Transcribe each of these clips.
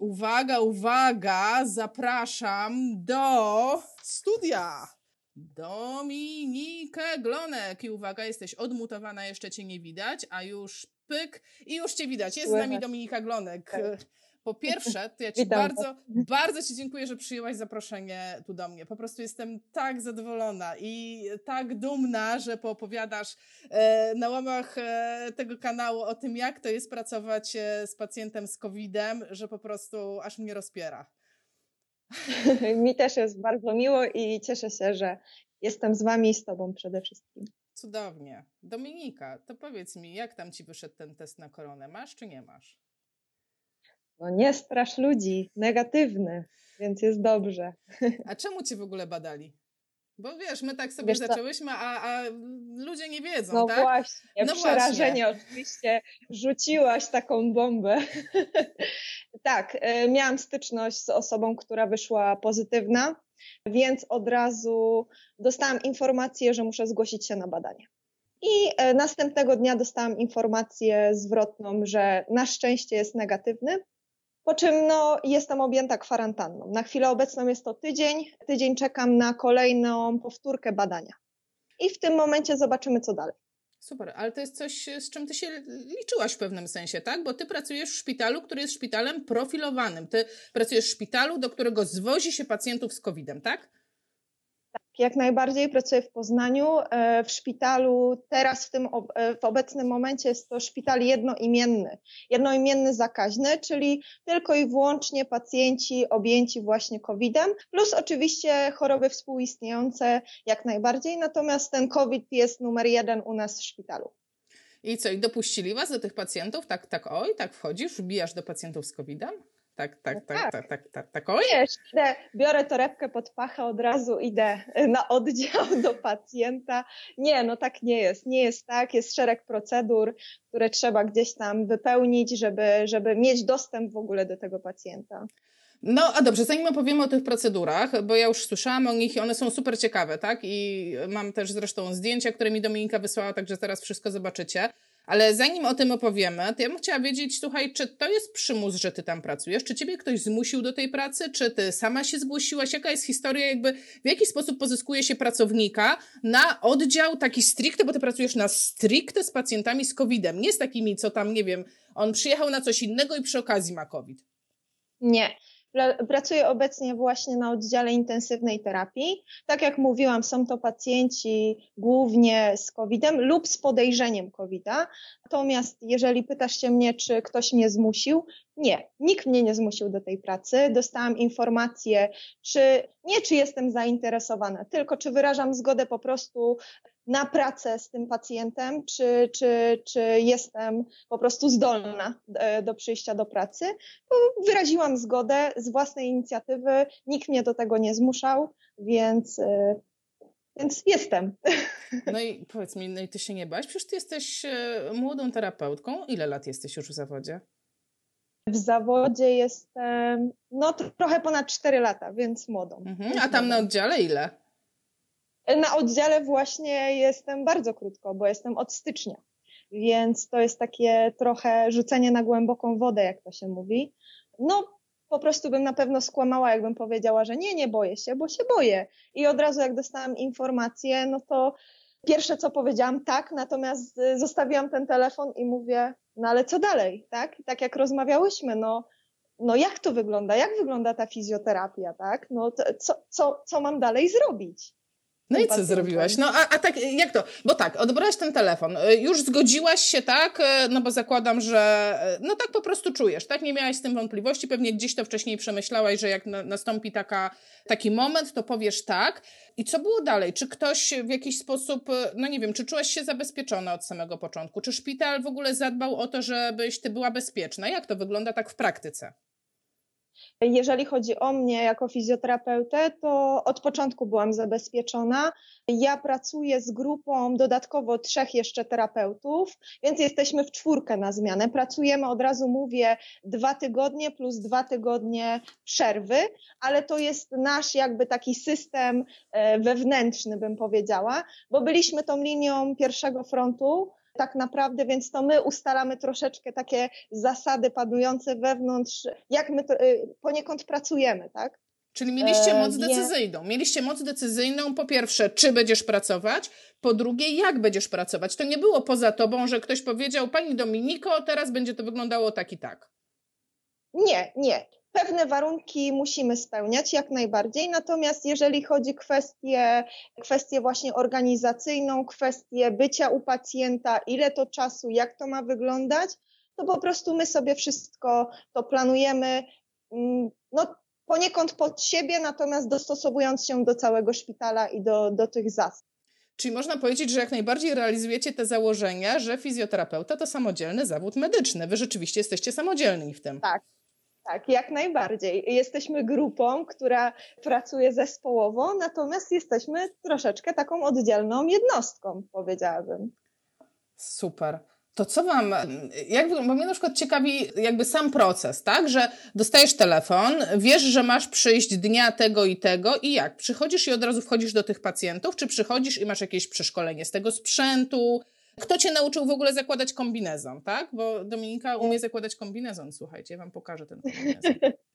uwaga, uwaga, zapraszam do studia. Dominikę Glonek. I uwaga, jesteś odmutowana, jeszcze cię nie widać, a już pyk i już cię widać. Jest z nami Dominika Glonek. Po pierwsze, to ja ci bardzo ci dziękuję, że przyjęłaś zaproszenie tu do mnie. Po prostu jestem tak zadowolona i tak dumna, że poopowiadasz na łamach tego kanału o tym, jak to jest pracować z pacjentem z COVID-em, że po prostu aż mnie rozpiera. Mi też jest bardzo miło i cieszę się, że jestem z wami i z tobą przede wszystkim. Cudownie. Dominika, to powiedz mi, jak tam ci wyszedł ten test na koronę? Masz czy nie masz? No nie strasz ludzi, negatywny, więc jest dobrze. A czemu cię w ogóle badali? Bo wiesz, my tak sobie zaczęłyśmy, a ludzie nie wiedzą, no tak? Właśnie, przerażenie oczywiście, rzuciłaś taką bombę. Tak, miałam styczność z osobą, która wyszła pozytywna, więc od razu dostałam informację, że muszę zgłosić się na badanie. I następnego dnia dostałam informację zwrotną, że na szczęście jest negatywny, po czym jestem objęta kwarantanną. Na chwilę obecną jest to tydzień czekam na kolejną powtórkę badania. I w tym momencie zobaczymy, co dalej. Super, ale to jest coś, z czym ty się liczyłaś w pewnym sensie, tak? Bo ty pracujesz w szpitalu, który jest szpitalem profilowanym. Ty pracujesz w szpitalu, do którego zwozi się pacjentów z COVID-em, tak? Tak, jak najbardziej pracuję w Poznaniu, w szpitalu. Teraz w obecnym momencie jest to szpital jednoimienny zakaźny, czyli tylko i wyłącznie pacjenci objęci właśnie COVID-em, plus oczywiście choroby współistniejące jak najbardziej, natomiast ten COVID jest numer 1 u nas w szpitalu. I co, i dopuścili was do tych pacjentów? Tak wchodzisz, wbijasz do pacjentów z COVID-em? Tak, oj. Wiesz, biorę torebkę pod pachę, od razu idę na oddział do pacjenta. Nie, tak nie jest. Nie jest tak. Jest szereg procedur, które trzeba gdzieś tam wypełnić, żeby mieć dostęp w ogóle do tego pacjenta. No, a dobrze, zanim opowiemy o tych procedurach, bo ja już słyszałam o nich i one są super ciekawe, tak? I mam też zresztą zdjęcia, które mi Dominika wysłała, także zaraz wszystko zobaczycie. Ale zanim o tym opowiemy, to ja bym chciała wiedzieć, słuchaj, czy to jest przymus, że ty tam pracujesz? Czy ciebie ktoś zmusił do tej pracy? Czy ty sama się zgłosiłaś? Jaka jest historia, w jaki sposób pozyskuje się pracownika na oddział taki stricte, bo ty pracujesz na stricte z pacjentami z COVID-em, nie z takimi, co tam, nie wiem, on przyjechał na coś innego i przy okazji ma COVID. Nie. Pracuję obecnie właśnie na oddziale intensywnej terapii. Tak jak mówiłam, są to pacjenci głównie z COVID-em lub z podejrzeniem COVID-a. Natomiast jeżeli pytasz się mnie, czy ktoś mnie zmusił, nie, nikt mnie nie zmusił do tej pracy. Dostałam informację, czy jestem zainteresowana, tylko czy wyrażam zgodę po prostu na pracę z tym pacjentem, czy jestem po prostu zdolna do przyjścia do pracy. Wyraziłam zgodę z własnej inicjatywy, nikt mnie do tego nie zmuszał, więc jestem. No i powiedz mi, no i ty się nie baś? Przecież ty jesteś młodą terapeutką. Ile lat jesteś już w zawodzie? W zawodzie jestem trochę ponad 4 lata, więc młodą. A tam na oddziale ile? Na oddziale właśnie jestem bardzo krótko, bo jestem od stycznia, więc to jest takie trochę rzucenie na głęboką wodę, jak to się mówi. Po prostu bym na pewno skłamała, jakbym powiedziała, że nie boję się, bo się boję. I od razu jak dostałam informację, to pierwsze co powiedziałam tak, natomiast zostawiłam ten telefon i mówię, ale co dalej, tak? Tak jak rozmawiałyśmy, jak to wygląda? Jak wygląda ta fizjoterapia, tak? Co mam dalej zrobić? No i co zrobiłaś? A tak, jak to? Bo tak, odebrałaś ten telefon, już zgodziłaś się, tak? Bo zakładam, że tak po prostu czujesz, tak? Nie miałaś z tym wątpliwości, pewnie gdzieś to wcześniej przemyślałaś, że jak nastąpi taki moment, to powiesz tak. I co było dalej? Czy ktoś w jakiś sposób, nie wiem, czy czułaś się zabezpieczona od samego początku? Czy szpital w ogóle zadbał o to, żebyś ty była bezpieczna? Jak to wygląda tak w praktyce? Jeżeli chodzi o mnie jako fizjoterapeutę, to od początku byłam zabezpieczona. Ja pracuję z grupą dodatkowo 3 jeszcze terapeutów, więc jesteśmy w 4 na zmianę. Pracujemy, od razu mówię, 2 tygodnie plus 2 tygodnie przerwy, ale to jest nasz jakby taki system wewnętrzny, bym powiedziała, bo byliśmy tą linią pierwszego frontu tak naprawdę, więc to my ustalamy troszeczkę takie zasady panujące wewnątrz, jak my poniekąd pracujemy, tak? Czyli mieliście moc decyzyjną. Mieliście moc decyzyjną, po pierwsze, czy będziesz pracować, po drugie, jak będziesz pracować. To nie było poza tobą, że ktoś powiedział, pani Dominiko, teraz będzie to wyglądało tak i tak. Nie. Pewne warunki musimy spełniać jak najbardziej, natomiast jeżeli chodzi kwestię właśnie organizacyjną, kwestię bycia u pacjenta, ile to czasu, jak to ma wyglądać, to po prostu my sobie wszystko to planujemy, poniekąd pod siebie, natomiast dostosowując się do całego szpitala i do tych zasad. Czyli można powiedzieć, że jak najbardziej realizujecie te założenia, że fizjoterapeuta to samodzielny zawód medyczny. Wy rzeczywiście jesteście samodzielni w tym. Tak, jak najbardziej. Jesteśmy grupą, która pracuje zespołowo, natomiast jesteśmy troszeczkę taką oddzielną jednostką, powiedziałabym. Super. To co bo mnie na przykład ciekawi jakby sam proces, tak, że dostajesz telefon, wiesz, że masz przyjść dnia tego i tego i jak? Przychodzisz i od razu wchodzisz do tych pacjentów, czy przychodzisz i masz jakieś przeszkolenie z tego sprzętu? Kto cię nauczył w ogóle zakładać kombinezon, tak? Bo Dominika umie zakładać kombinezon, słuchajcie, ja wam pokażę ten kombinezon.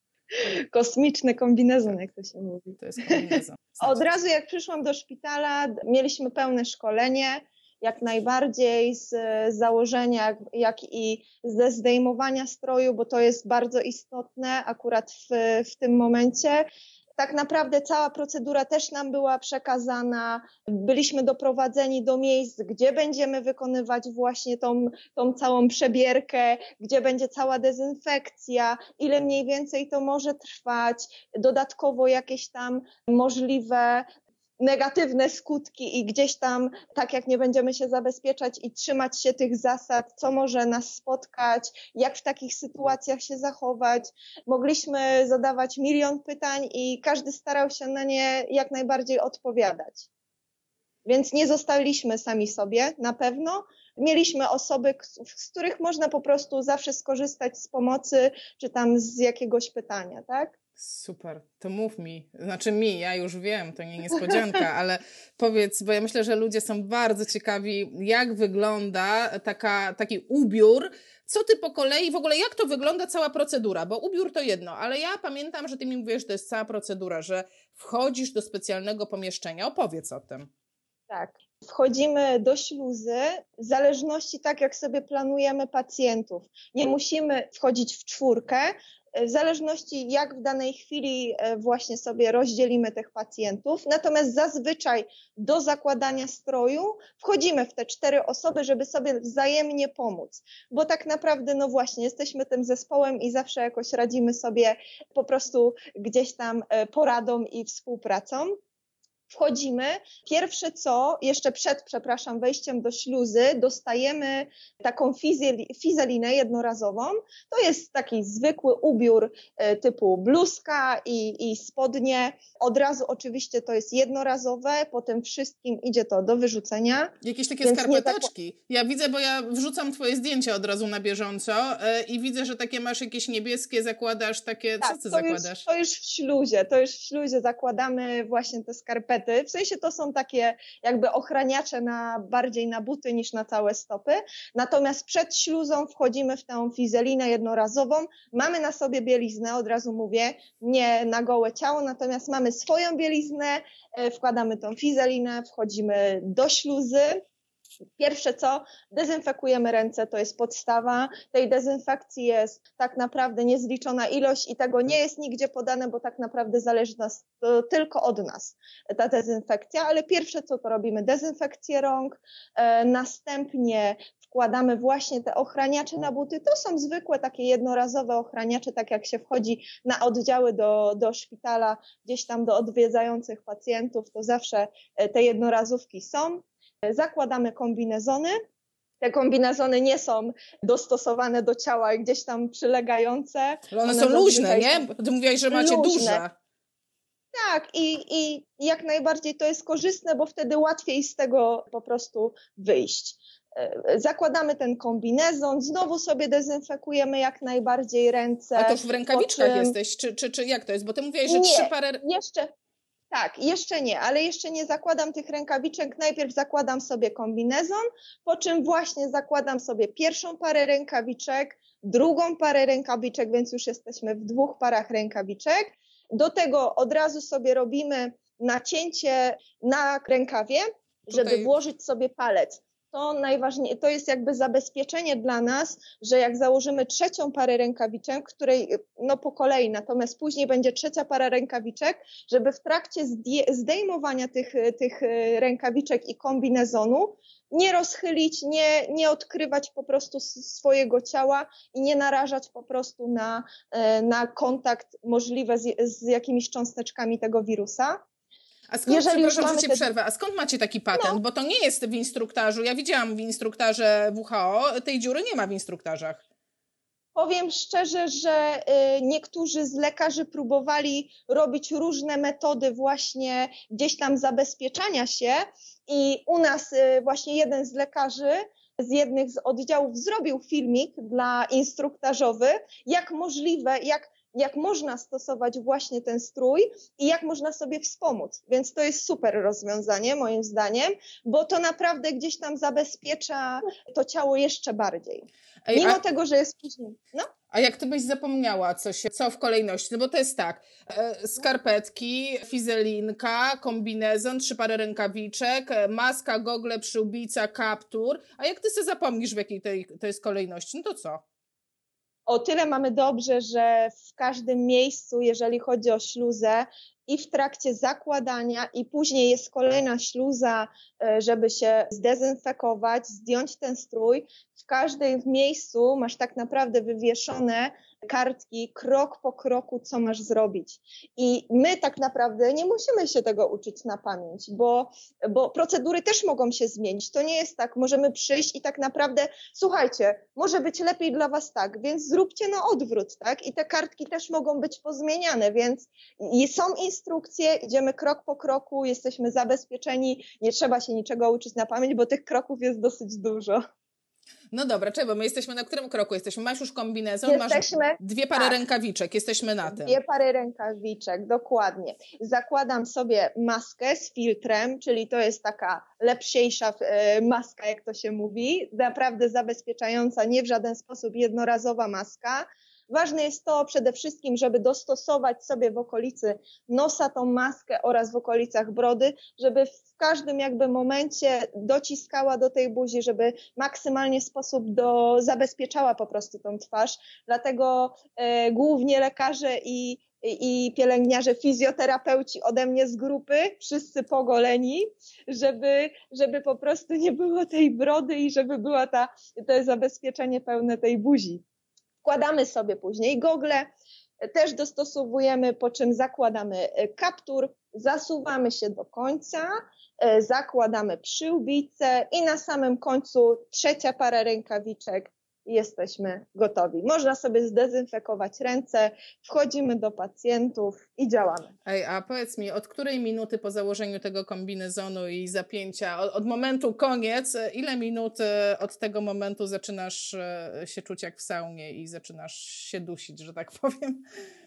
Kosmiczny kombinezon, jak to się mówi. To jest kombinezon. Od razu jak przyszłam do szpitala, mieliśmy pełne szkolenie, jak najbardziej z założenia, jak i ze zdejmowania stroju, bo to jest bardzo istotne akurat w tym momencie. Tak naprawdę cała procedura też nam była przekazana. Byliśmy doprowadzeni do miejsc, gdzie będziemy wykonywać właśnie tą całą przebierkę, gdzie będzie cała dezynfekcja, ile mniej więcej to może trwać, dodatkowo jakieś tam możliwe negatywne skutki i gdzieś tam, tak jak nie będziemy się zabezpieczać i trzymać się tych zasad, co może nas spotkać, jak w takich sytuacjach się zachować. Mogliśmy zadawać milion pytań i każdy starał się na nie jak najbardziej odpowiadać. Więc nie zostaliśmy sami sobie, na pewno. Mieliśmy osoby, z których można po prostu zawsze skorzystać z pomocy, czy tam z jakiegoś pytania, tak? Super, to mów mi, ja już wiem, to nie niespodzianka, ale powiedz, bo ja myślę, że ludzie są bardzo ciekawi, jak wygląda taki ubiór, co ty po kolei, w ogóle jak to wygląda cała procedura, bo ubiór to jedno, ale ja pamiętam, że ty mi mówisz, że to jest cała procedura, że wchodzisz do specjalnego pomieszczenia, opowiedz o tym. Tak. Wchodzimy do śluzy, w zależności tak jak sobie planujemy pacjentów. Nie musimy wchodzić w czwórkę, w zależności jak w danej chwili właśnie sobie rozdzielimy tych pacjentów. Natomiast zazwyczaj do zakładania stroju wchodzimy w te 4 osoby, żeby sobie wzajemnie pomóc. Bo tak naprawdę, no właśnie, jesteśmy tym zespołem i zawsze jakoś radzimy sobie po prostu gdzieś tam poradą i współpracą. Wchodzimy. Pierwsze co, jeszcze przed, wejściem do śluzy, dostajemy taką fizelinę jednorazową. To jest taki zwykły ubiór typu bluzka i spodnie. Od razu oczywiście to jest jednorazowe, potem wszystkim idzie to do wyrzucenia. Jakieś takie skarpeteczki. Ja widzę, bo ja wrzucam twoje zdjęcia od razu na bieżąco i widzę, że takie masz jakieś niebieskie, zakładasz takie, tak, co ty zakładasz? To już w śluzie zakładamy właśnie te skarpety. W sensie to są takie jakby ochraniacze bardziej na buty niż na całe stopy. Natomiast przed śluzą wchodzimy w tę fizelinę jednorazową. Mamy na sobie bieliznę, od razu mówię, nie na gołe ciało, natomiast mamy swoją bieliznę, wkładamy tą fizelinę, wchodzimy do śluzy. Pierwsze co, dezynfekujemy ręce, to jest podstawa. Tej dezynfekcji jest tak naprawdę niezliczona ilość i tego nie jest nigdzie podane, bo tak naprawdę zależy to tylko od nas, ta dezynfekcja, ale pierwsze co to robimy, dezynfekcję rąk, następnie wkładamy właśnie te ochraniacze na buty. To są zwykłe takie jednorazowe ochraniacze, tak jak się wchodzi na oddziały do szpitala, gdzieś tam do odwiedzających pacjentów, to zawsze te jednorazówki są. Zakładamy kombinezony. Te kombinezony nie są dostosowane do ciała i gdzieś tam przylegające. Ale one są luźne, nie? Ty mówiłaś, że macie duże. Tak, i jak najbardziej to jest korzystne, bo wtedy łatwiej z tego po prostu wyjść. Zakładamy ten kombinezon, znowu sobie dezynfekujemy jak najbardziej ręce. A to już w rękawiczkach jesteś, czy jak to jest? Bo ty mówiłaś, że nie, 3 pary... Tak, jeszcze nie, ale jeszcze nie zakładam tych rękawiczek. Najpierw zakładam sobie kombinezon, po czym właśnie zakładam sobie pierwszą parę rękawiczek, drugą parę rękawiczek, więc już jesteśmy w 2 parach rękawiczek. Do tego od razu sobie robimy nacięcie na rękawie, żeby włożyć sobie palec. To najważniejsze, to jest jakby zabezpieczenie dla nas, że jak założymy trzecią parę rękawiczek, której po kolei, natomiast później będzie trzecia para rękawiczek, żeby w trakcie zdejmowania tych rękawiczek i kombinezonu nie rozchylić, nie odkrywać po prostu swojego ciała i nie narażać po prostu na kontakt możliwy z jakimiś cząsteczkami tego wirusa. A skąd, przepraszam, że cię przerwę, a skąd macie taki patent? Bo to nie jest w instruktażu, ja widziałam w instruktażze WHO, tej dziury nie ma w instruktażach. Powiem szczerze, że niektórzy z lekarzy próbowali robić różne metody właśnie gdzieś tam zabezpieczania się i u nas właśnie jeden z lekarzy z jednych z oddziałów zrobił filmik dla instruktażowy, jak możliwe, jak można stosować właśnie ten strój i jak można sobie wspomóc. Więc to jest super rozwiązanie moim zdaniem, bo to naprawdę gdzieś tam zabezpiecza to ciało jeszcze bardziej. Mimo tego, że jest później. A jak ty byś zapomniała co w kolejności? No bo to jest tak, skarpetki, fizelinka, kombinezon, 3 pary rękawiczek, maska, gogle, przyłbica, kaptur. A jak ty sobie zapomnisz, w jakiej to jest kolejności? No to co? O tyle mamy dobrze, że w każdym miejscu, jeżeli chodzi o śluzę i w trakcie zakładania i później jest kolejna śluza, żeby się zdezynfekować, zdjąć ten strój, w każdym miejscu masz tak naprawdę wywieszone kartki krok po kroku, co masz zrobić. I my tak naprawdę nie musimy się tego uczyć na pamięć, bo procedury też mogą się zmienić. To nie jest tak, możemy przyjść i tak naprawdę, słuchajcie, może być lepiej dla was tak, więc zróbcie na odwrót, tak? I te kartki też mogą być pozmieniane, więc są instrukcje, idziemy krok po kroku, jesteśmy zabezpieczeni, nie trzeba się niczego uczyć na pamięć, bo tych kroków jest dosyć dużo. No dobra, bo my jesteśmy na którym kroku? Masz już kombinezon, masz 2 pary rękawiczek, jesteśmy na tym. 2 pary rękawiczek, dokładnie. Zakładam sobie maskę z filtrem, czyli to jest taka lepsiejsza maska, jak to się mówi, naprawdę zabezpieczająca, nie w żaden sposób jednorazowa maska. Ważne jest to przede wszystkim, żeby dostosować sobie w okolicy nosa tą maskę oraz w okolicach brody, żeby w każdym jakby momencie dociskała do tej buzi, żeby maksymalnie zabezpieczała po prostu tą twarz. Dlatego głównie lekarze i pielęgniarze, fizjoterapeuci ode mnie z grupy, wszyscy pogoleni, żeby po prostu nie było tej brody i żeby była to zabezpieczenie pełne tej buzi. Wkładamy sobie później gogle, też dostosowujemy, po czym zakładamy kaptur, zasuwamy się do końca, zakładamy przyłbicę i na samym końcu 3. para rękawiczek i jesteśmy gotowi. Można sobie zdezynfekować ręce, wchodzimy do pacjentów i działamy. A powiedz mi, od której minuty po założeniu tego kombinezonu i zapięcia, od momentu koniec, ile minut od tego momentu zaczynasz się czuć jak w saunie i zaczynasz się dusić, że tak powiem?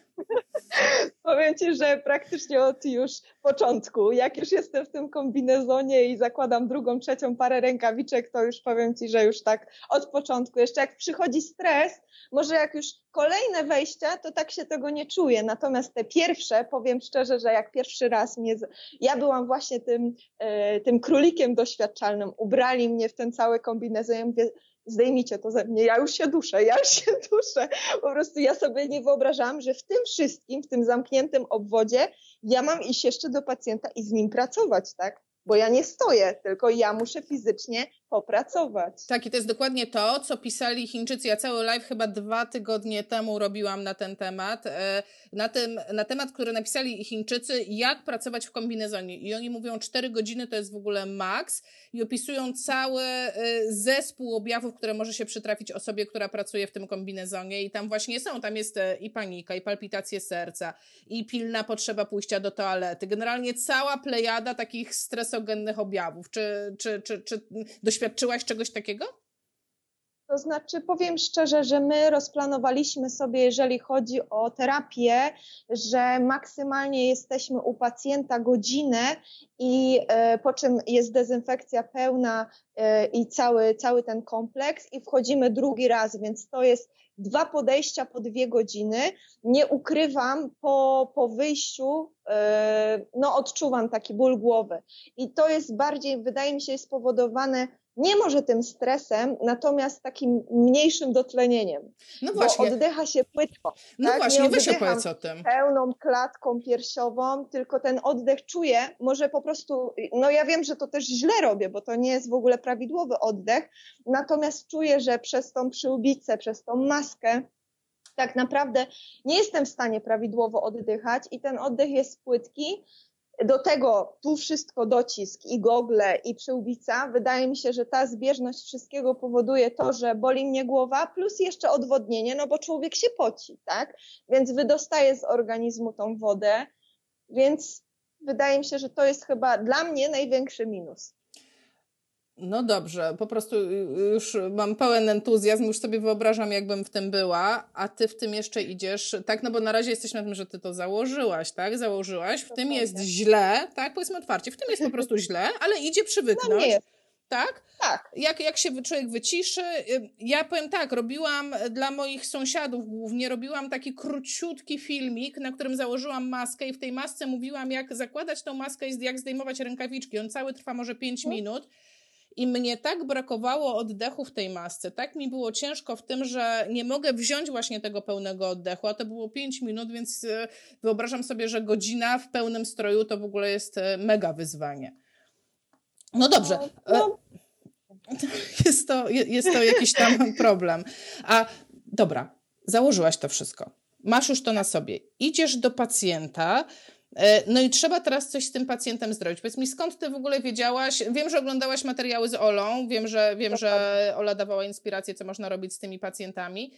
Powiem ci, że praktycznie od już początku, jak już jestem w tym kombinezonie i zakładam 2., 3. parę rękawiczek, to już powiem ci, że już tak od początku. Jeszcze jak przychodzi stres, może jak już kolejne wejścia, to tak się tego nie czuję. Natomiast te pierwsze, powiem szczerze, że jak pierwszy raz ja byłam właśnie tym królikiem doświadczalnym, ubrali mnie w ten cały kombinezon, ja mówię, zdejmijcie to ze mnie, ja już się duszę. Po prostu ja sobie nie wyobrażałam, że w tym wszystkim, w tym zamkniętym obwodzie ja mam iść jeszcze do pacjenta i z nim pracować, tak? Bo ja nie stoję, tylko ja muszę fizycznie popracować. Tak, i to jest dokładnie to, co pisali Chińczycy. Ja cały live chyba 2 tygodnie temu robiłam na ten temat, na temat, który napisali Chińczycy, jak pracować w kombinezonie. I oni mówią, 4 godziny to jest w ogóle maks i opisują cały zespół objawów, które może się przytrafić osobie, która pracuje w tym kombinezonie i tam właśnie tam jest i panika, i palpitacje serca, i pilna potrzeba pójścia do toalety. Generalnie cała plejada takich stresogennych objawów. Czy doświadczyłaś czegoś takiego? To znaczy, powiem szczerze, że my rozplanowaliśmy sobie, jeżeli chodzi o terapię, że maksymalnie jesteśmy u pacjenta godzinę i po czym jest dezynfekcja pełna i cały ten kompleks i wchodzimy drugi raz, więc to jest 2 podejścia po 2 godziny. Nie ukrywam, po wyjściu odczuwam taki ból głowy i to jest bardziej, wydaje mi się, jest spowodowane nie może tym stresem, natomiast takim mniejszym dotlenieniem. No właśnie. Bo oddycha się płytko. No tak? właśnie, nie weź opowiedz o tym. Pełną klatką piersiową, tylko ten oddech czuję, może po prostu, ja wiem, że to też źle robię, bo to nie jest w ogóle prawidłowy oddech, natomiast czuję, że przez tą przyłbicę, przez tą maskę tak naprawdę nie jestem w stanie prawidłowo oddychać i ten oddech jest płytki. Do tego tu wszystko docisk i gogle i przyłbica. Wydaje mi się, że ta zbieżność wszystkiego powoduje to, że boli mnie głowa, plus jeszcze odwodnienie, bo człowiek się poci, tak? Więc wydostaje z organizmu tą wodę, więc wydaje mi się, że to jest chyba dla mnie największy minus. No dobrze, po prostu już mam pełen entuzjazm, już sobie wyobrażam, jakbym w tym była, a ty w tym jeszcze idziesz, tak? Bo na razie jesteśmy na tym, że ty to założyłaś, tak? Założyłaś, w tym jest źle, tak? Powiedzmy otwarcie, w tym jest po prostu źle, ale idzie przywyknąć. Nie jest. Tak? Tak. Jak się człowiek wyciszy. Ja powiem tak, robiłam dla moich sąsiadów głównie, robiłam taki króciutki filmik, na którym założyłam maskę i w tej masce mówiłam, jak zakładać tą maskę i jak zdejmować rękawiczki. On cały trwa może 5 minut. I mnie tak brakowało oddechu w tej masce, tak mi było ciężko w tym, że nie mogę wziąć właśnie tego pełnego oddechu, a to było 5 minut, więc wyobrażam sobie, że godzina w pełnym stroju to w ogóle jest mega wyzwanie. No dobrze. Jest to jakiś tam problem. A dobra, założyłaś to wszystko. Masz już to na sobie. Idziesz do pacjenta. No i trzeba teraz coś z tym pacjentem zrobić. Powiedz mi, skąd ty w ogóle wiedziałaś? Wiem, że oglądałaś materiały z Olą, wiem, że Ola dawała inspirację, co można robić z tymi pacjentami.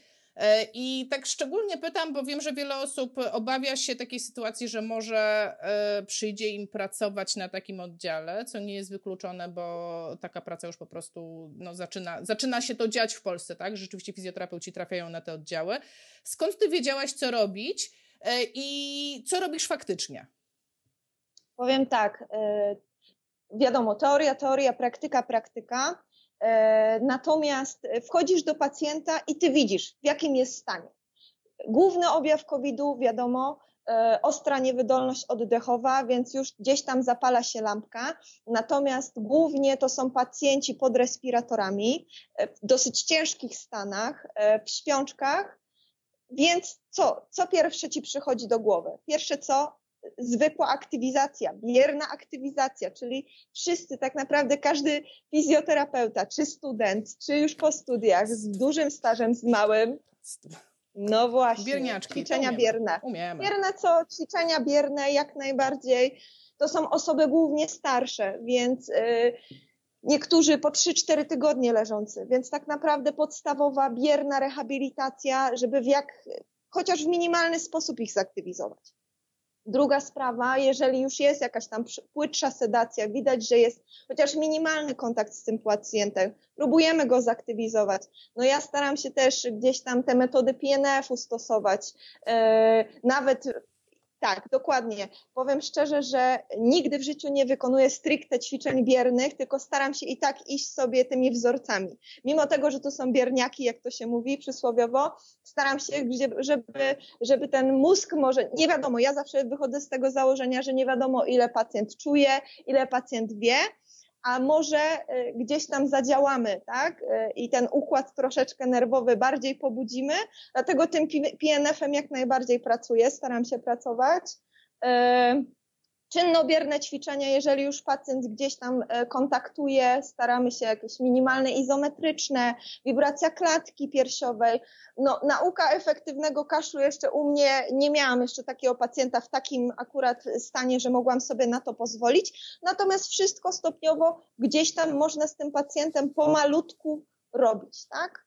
I tak szczególnie pytam, bo wiem, że wiele osób obawia się takiej sytuacji, że może przyjdzie im pracować na takim oddziale, co nie jest wykluczone, bo taka praca już po prostu zaczyna się to dziać w Polsce, tak? Rzeczywiście fizjoterapeuci trafiają na te oddziały. Skąd ty wiedziałaś, co robić? I co robisz faktycznie? Powiem tak, wiadomo, teoria, praktyka, natomiast wchodzisz do pacjenta i ty widzisz, w jakim jest stanie. Główny objaw COVID-u, wiadomo, ostra niewydolność oddechowa, więc już gdzieś tam zapala się lampka, natomiast głównie to są pacjenci pod respiratorami, w dosyć ciężkich stanach, w śpiączkach. Więc co pierwsze ci przychodzi do głowy? Pierwsze zwykła aktywizacja, bierna aktywizacja, czyli wszyscy tak naprawdę, każdy fizjoterapeuta, czy student, czy już po studiach, z dużym stażem, z małym, no właśnie, Bierniaczki, ćwiczenia bierne. Umiemy. Ćwiczenia bierne jak najbardziej, to są osoby głównie starsze, więc niektórzy po 3-4 tygodnie leżący, więc tak naprawdę podstawowa, bierna rehabilitacja, żeby chociaż w minimalny sposób ich zaktywizować. Druga sprawa, jeżeli już jest jakaś tam płytsza sedacja, widać, że jest chociaż minimalny kontakt z tym pacjentem, próbujemy go zaktywizować. No ja staram się też gdzieś tam te metody PNF-u stosować, nawet tak, dokładnie. Powiem szczerze, że nigdy w życiu nie wykonuję stricte ćwiczeń biernych, tylko staram się i tak iść sobie tymi wzorcami. Mimo tego, że to są bierniaki, jak to się mówi przysłowiowo, staram się, żeby ten mózg może, nie wiadomo, ja zawsze wychodzę z tego założenia, że nie wiadomo, ile pacjent czuje, ile pacjent wie, a może gdzieś tam zadziałamy, tak? I ten układ troszeczkę nerwowy bardziej pobudzimy, dlatego tym PNF-em jak najbardziej pracuję, staram się pracować. Czynnobierne ćwiczenia, jeżeli już pacjent gdzieś tam kontaktuje, staramy się jakieś minimalne izometryczne, wibracja klatki piersiowej. No, nauka efektywnego kaszlu jeszcze u mnie, nie miałam jeszcze takiego pacjenta w takim akurat stanie, że mogłam sobie na to pozwolić. Natomiast wszystko stopniowo gdzieś tam można z tym pacjentem pomalutku robić, tak?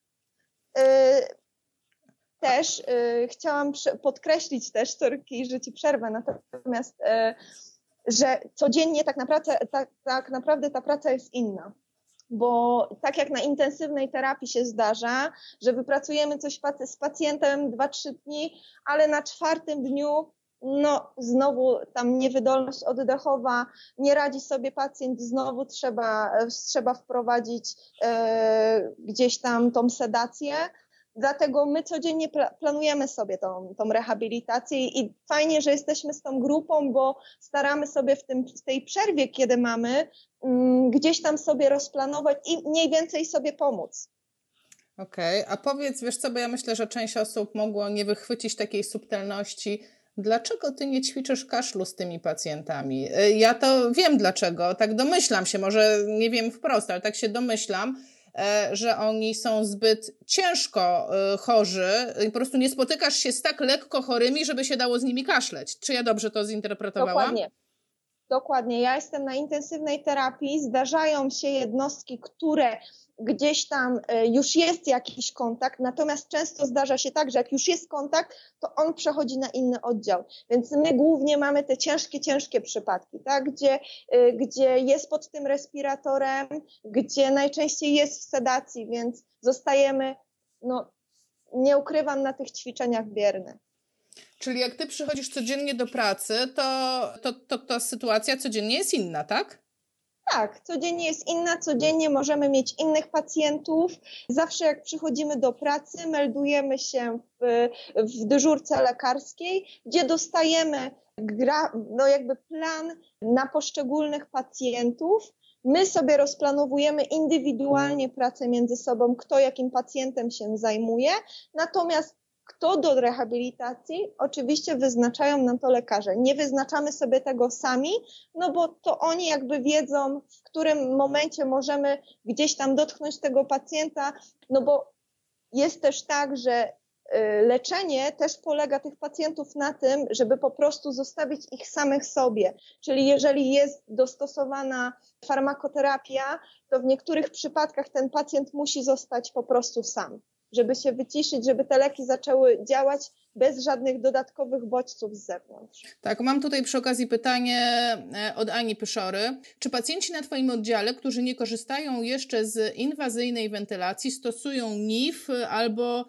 Też chciałam podkreślić też, sorki, że ci przerwę, natomiast że codziennie tak naprawdę ta praca jest inna. bo tak jak na intensywnej terapii się zdarza, że wypracujemy coś z pacjentem 2-3 dni, ale na 4. dniu znowu tam niewydolność oddechowa, nie radzi sobie pacjent, znowu trzeba wprowadzić gdzieś tam tą sedację. Dlatego my codziennie planujemy sobie tą rehabilitację i fajnie, że jesteśmy z tą grupą, bo staramy sobie w tej przerwie, kiedy mamy, gdzieś tam sobie rozplanować i mniej więcej sobie pomóc. Okej, a powiedz, wiesz co, bo ja myślę, że część osób mogło nie wychwycić takiej subtelności. Dlaczego ty nie ćwiczysz kaszlu z tymi pacjentami? Ja to wiem dlaczego, tak domyślam się, może nie wiem wprost, ale tak się domyślam, że oni są zbyt ciężko chorzy i po prostu nie spotykasz się z tak lekko chorymi, żeby się dało z nimi kaszleć. Czy ja dobrze to zinterpretowałam? Dokładnie. Ja jestem na intensywnej terapii. Zdarzają się jednostki, które gdzieś tam już jest jakiś kontakt, natomiast często zdarza się tak, że jak już jest kontakt, to on przechodzi na inny oddział. Więc my głównie mamy te ciężkie przypadki, tak? Gdzie jest pod tym respiratorem, gdzie najczęściej jest w sedacji, więc zostajemy, nie ukrywam, na tych ćwiczeniach bierny. Czyli jak ty przychodzisz codziennie do pracy, to sytuacja codziennie jest inna, tak? Tak, codziennie jest inna, codziennie możemy mieć innych pacjentów. Zawsze jak przychodzimy do pracy, meldujemy się w dyżurce lekarskiej, gdzie dostajemy jakby plan na poszczególnych pacjentów. My sobie rozplanowujemy indywidualnie pracę między sobą, kto jakim pacjentem się zajmuje, natomiast kto do rehabilitacji, oczywiście wyznaczają nam to lekarze. Nie wyznaczamy sobie tego sami, bo to oni jakby wiedzą, w którym momencie możemy gdzieś tam dotknąć tego pacjenta, bo jest też tak, że leczenie też polega tych pacjentów na tym, żeby po prostu zostawić ich samych sobie. Czyli jeżeli jest dostosowana farmakoterapia, to w niektórych przypadkach ten pacjent musi zostać po prostu sam, żeby się wyciszyć, żeby te leki zaczęły działać bez żadnych dodatkowych bodźców z zewnątrz. Tak, mam tutaj przy okazji pytanie od Ani Pyszory. Czy pacjenci na twoim oddziale, którzy nie korzystają jeszcze z inwazyjnej wentylacji, stosują NIF albo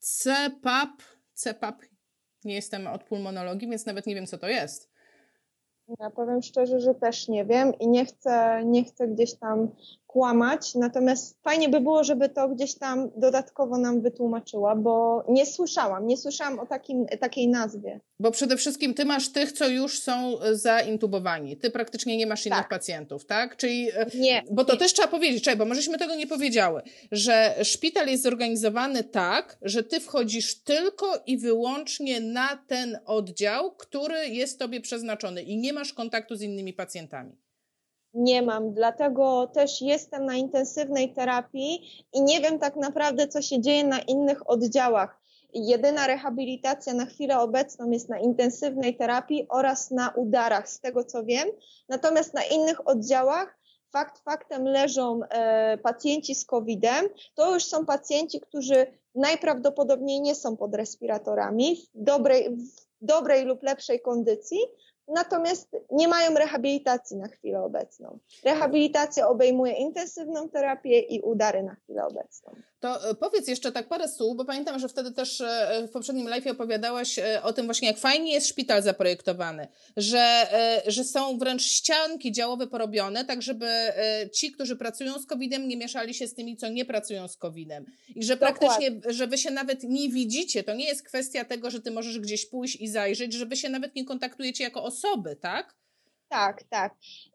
CPAP? Nie jestem od pulmonologii, więc nawet nie wiem, co to jest. Ja powiem szczerze, że też nie wiem i nie chcę gdzieś tam kłamać, natomiast fajnie by było, żeby to gdzieś tam dodatkowo nam wytłumaczyła, bo nie słyszałam o takiej nazwie. Bo przede wszystkim ty masz tych, co już są zaintubowani. Ty praktycznie nie masz innych pacjentów, tak? Czyli, nie. Bo to też trzeba powiedzieć, bo możeśmy tego nie powiedziały, że szpital jest zorganizowany tak, że ty wchodzisz tylko i wyłącznie na ten oddział, który jest tobie przeznaczony i nie masz kontaktu z innymi pacjentami. Nie mam, dlatego też jestem na intensywnej terapii i nie wiem tak naprawdę, co się dzieje na innych oddziałach. Jedyna rehabilitacja na chwilę obecną jest na intensywnej terapii oraz na udarach, z tego co wiem. Natomiast na innych oddziałach faktem leżą pacjenci z COVID-em. To już są pacjenci, którzy najprawdopodobniej nie są pod respiratorami, w dobrej lub lepszej kondycji. Natomiast nie mają rehabilitacji na chwilę obecną. Rehabilitacja obejmuje intensywną terapię i udary na chwilę obecną. To powiedz jeszcze tak parę słów, bo pamiętam, że wtedy też w poprzednim live'ie opowiadałaś o tym właśnie, jak fajnie jest szpital zaprojektowany, że są wręcz ścianki działowe porobione, tak żeby ci, którzy pracują z COVID-em, nie mieszali się z tymi, co nie pracują z COVID-em. I że praktycznie, że wy się nawet nie widzicie, to nie jest kwestia tego, że ty możesz gdzieś pójść i zajrzeć, że wy się nawet nie kontaktujecie jako osoby, tak? Tak.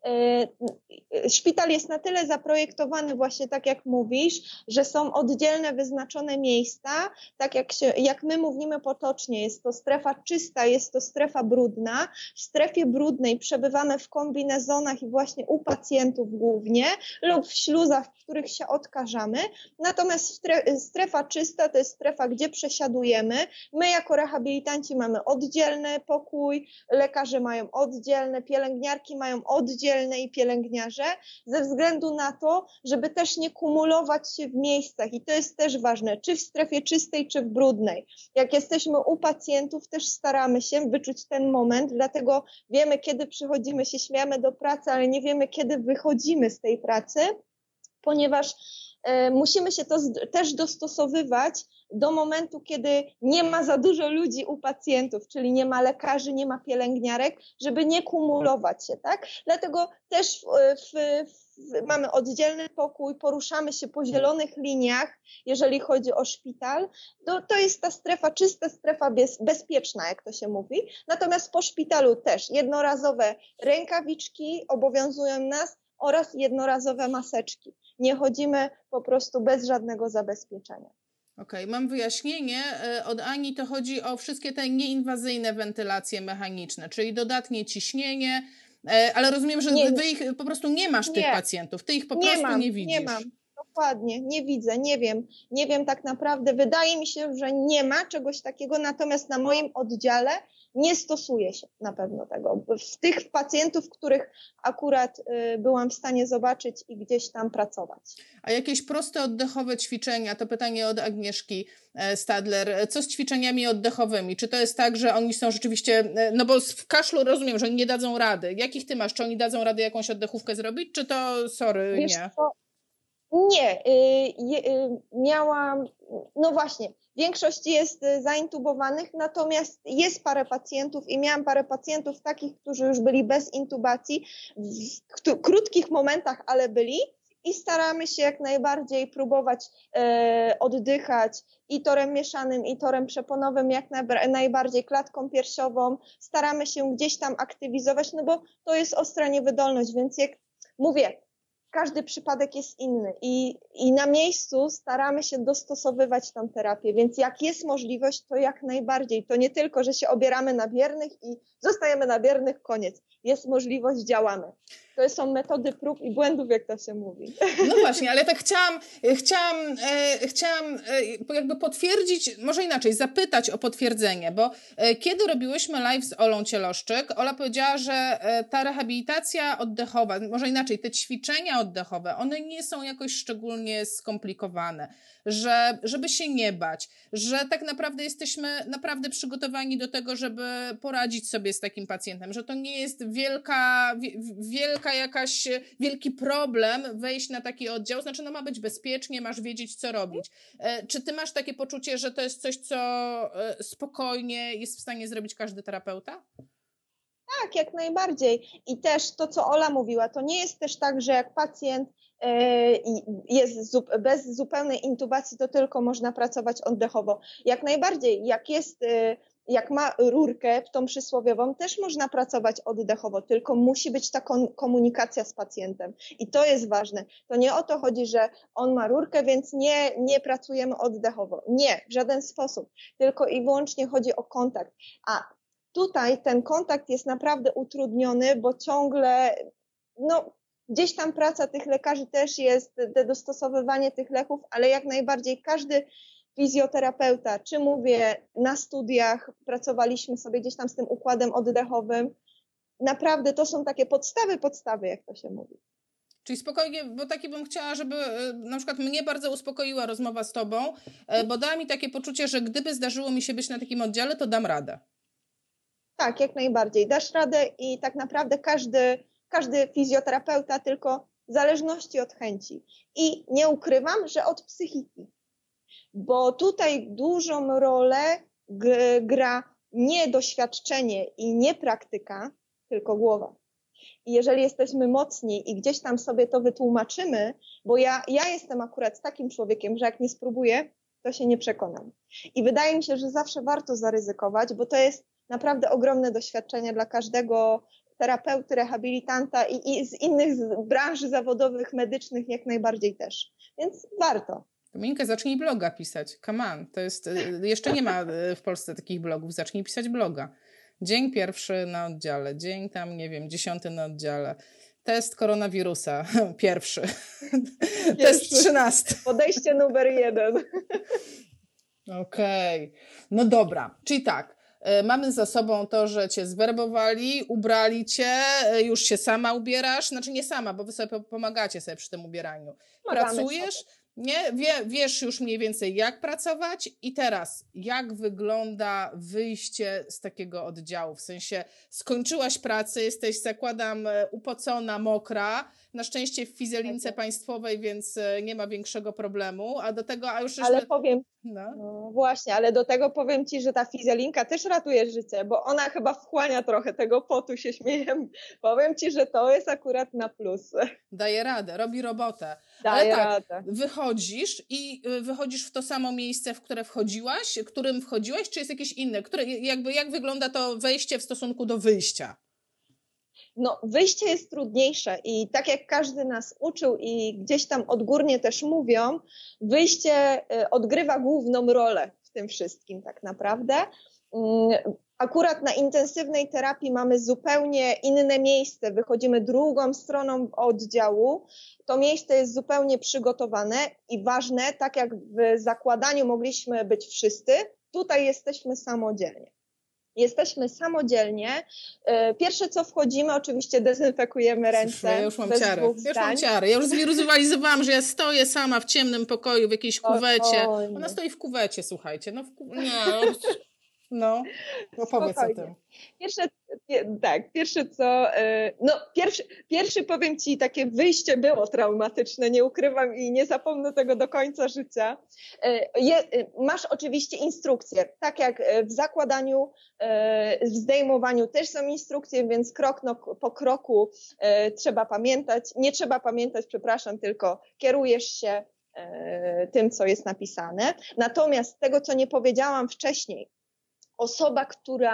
Szpital jest na tyle zaprojektowany właśnie tak jak mówisz, że są oddzielne wyznaczone miejsca, tak jak my mówimy potocznie, jest to strefa czysta, jest to strefa brudna. W strefie brudnej przebywamy w kombinezonach i właśnie u pacjentów głównie lub w śluzach, w których się odkażamy. Natomiast strefa czysta to jest strefa, gdzie przesiadujemy. My jako rehabilitanci mamy oddzielny pokój, lekarze mają oddzielne, pielęgniarki mają oddzielne i pielęgniarze, ze względu na to, żeby też nie kumulować się w miejscach i to jest też ważne, czy w strefie czystej, czy w brudnej. Jak jesteśmy u pacjentów, też staramy się wyczuć ten moment, dlatego wiemy, kiedy przychodzimy, się śmiamy do pracy, ale nie wiemy, kiedy wychodzimy z tej pracy. ponieważ musimy się też dostosowywać do momentu, kiedy nie ma za dużo ludzi u pacjentów, czyli nie ma lekarzy, nie ma pielęgniarek, żeby nie kumulować się, tak? Dlatego też mamy oddzielny pokój, poruszamy się po zielonych liniach, jeżeli chodzi o szpital. To jest ta strefa, czysta strefa bezpieczna, jak to się mówi. Natomiast po szpitalu też jednorazowe rękawiczki obowiązują nas oraz jednorazowe maseczki. Nie chodzimy po prostu bez żadnego zabezpieczenia. Okej, mam wyjaśnienie od Ani, to chodzi o wszystkie te nieinwazyjne wentylacje mechaniczne, czyli dodatnie ciśnienie, ale rozumiem, że wy ich po prostu nie masz tych pacjentów, ty ich po prostu nie widzisz. Nie mam, dokładnie, nie widzę, nie wiem tak naprawdę, wydaje mi się, że nie ma czegoś takiego, natomiast na moim oddziale nie stosuje się na pewno tego. W tych pacjentów, których akurat byłam w stanie zobaczyć i gdzieś tam pracować. A jakieś proste oddechowe ćwiczenia, to pytanie od Agnieszki Stadler, co z ćwiczeniami oddechowymi? Czy to jest tak, że oni są rzeczywiście, no bo w kaszlu rozumiem, że oni nie dadzą rady. Jakich ty masz? Czy oni dadzą radę jakąś oddechówkę zrobić, czy to sorry, Wiesz nie? Co? Nie, miałam, no właśnie, większość jest zaintubowanych, natomiast jest parę pacjentów i miałam parę pacjentów takich, którzy już byli bez intubacji, w krótkich momentach, ale byli i staramy się jak najbardziej próbować oddychać i torem mieszanym, i torem przeponowym, jak najbardziej klatką piersiową, staramy się gdzieś tam aktywizować, no bo to jest ostra niewydolność, więc jak mówię, każdy przypadek jest inny i na miejscu staramy się dostosowywać tą terapię, więc jak jest możliwość, to jak najbardziej. To nie tylko, że się obieramy na biernych i zostajemy na biernych, koniec. Jest możliwość, działamy. To są metody prób i błędów, jak to się mówi. No właśnie, ale tak chciałam jakby potwierdzić, może inaczej, zapytać o potwierdzenie, bo kiedy robiłyśmy live z Olą Cieloszczyk, Ola powiedziała, że ta rehabilitacja oddechowa, może inaczej, te ćwiczenia oddechowe, one nie są jakoś szczególnie skomplikowane, żeby się nie bać, że tak naprawdę jesteśmy naprawdę przygotowani do tego, żeby poradzić sobie z takim pacjentem, że to nie jest wielki problem wejść na taki oddział, znaczy no ma być bezpiecznie, masz wiedzieć, co robić. Czy ty masz takie poczucie, że to jest coś, co spokojnie jest w stanie zrobić każdy terapeuta? Tak, jak najbardziej. I też to, co Ola mówiła, to nie jest też tak, że jak pacjent jest bez zupełnej intubacji, to tylko można pracować oddechowo. Jak najbardziej, jak ma rurkę, tą przysłowiową, też można pracować oddechowo, tylko musi być ta komunikacja z pacjentem. I to jest ważne. To nie o to chodzi, że on ma rurkę, więc nie pracujemy oddechowo. Nie, w żaden sposób. Tylko i wyłącznie chodzi o kontakt. A tutaj ten kontakt jest naprawdę utrudniony, bo ciągle, gdzieś tam praca tych lekarzy też jest, dostosowywanie tych leków, ale jak najbardziej każdy fizjoterapeuta, czy mówię na studiach, pracowaliśmy sobie gdzieś tam z tym układem oddechowym. Naprawdę to są takie podstawy, jak to się mówi. Czyli spokojnie, bo taki bym chciała, żeby na przykład mnie bardzo uspokoiła rozmowa z tobą, bo dała mi takie poczucie, że gdyby zdarzyło mi się być na takim oddziale, to dam radę. Tak, jak najbardziej. Dasz radę i tak naprawdę każdy fizjoterapeuta, tylko w zależności od chęci. I nie ukrywam, że od psychiki. Bo tutaj dużą rolę gra nie doświadczenie i nie praktyka, tylko głowa. I jeżeli jesteśmy mocni i gdzieś tam sobie to wytłumaczymy, bo ja jestem akurat takim człowiekiem, że jak nie spróbuję, to się nie przekonam. I wydaje mi się, że zawsze warto zaryzykować, bo to jest naprawdę ogromne doświadczenie dla każdego terapeuty, rehabilitanta i z innych branż zawodowych, medycznych jak najbardziej też. Więc warto. Dominika, zacznij bloga pisać. Come on. To jest, jeszcze nie ma w Polsce takich blogów. Zacznij pisać bloga. Dzień 1 na oddziale. Dzień tam, nie wiem, 10 na oddziale. Test koronawirusa. 1. Test 13. Podejście numer 1. Okej. No dobra. Czyli tak. Mamy za sobą to, że cię zwerbowali, ubrali cię, już się sama ubierasz. Znaczy nie sama, bo wy sobie pomagacie sobie przy tym ubieraniu. Pracujesz. Nie? Wiesz już mniej więcej, jak pracować i teraz, jak wygląda wyjście z takiego oddziału? W sensie, skończyłaś pracę, jesteś, zakładam, upocona, mokra, na szczęście w fizelince państwowej, więc nie ma większego problemu, a do tego, a już... Ale powiem, no. no właśnie, ale do tego powiem Ci, że ta fizelinka też ratuje życie, bo ona chyba wchłania trochę tego potu, się śmieję. Powiem Ci, że to jest akurat na plus. Daje radę, robi robotę. Daje Ale tak, radę. wychodzisz w to samo miejsce, w którym wchodziłaś, czy jest jakieś inne? Jak wygląda to wejście w stosunku do wyjścia? No, wyjście jest trudniejsze i tak jak każdy nas uczył i gdzieś tam odgórnie też mówią, wyjście odgrywa główną rolę w tym wszystkim tak naprawdę. Akurat na intensywnej terapii mamy zupełnie inne miejsce, wychodzimy drugą stroną oddziału. To miejsce jest zupełnie przygotowane i ważne, tak jak w zakładaniu mogliśmy być wszyscy, tutaj jesteśmy samodzielnie. Jesteśmy samodzielnie. Pierwsze co wchodzimy, oczywiście dezynfekujemy ręce. Ja już mam ciarę. Ja już zwizualizowałam, że ja stoję sama w ciemnym pokoju w jakiejś kuwecie. Ona stoi w kuwecie, słuchajcie. Opowiedz o tym. Pierwszy powiem Ci, takie wyjście było traumatyczne, nie ukrywam i nie zapomnę tego do końca życia. Masz oczywiście instrukcje, tak jak w zakładaniu, w zdejmowaniu też są instrukcje, więc krok po kroku trzeba pamiętać, nie trzeba pamiętać, przepraszam, tylko kierujesz się tym, co jest napisane. Natomiast tego, co nie powiedziałam wcześniej, osoba,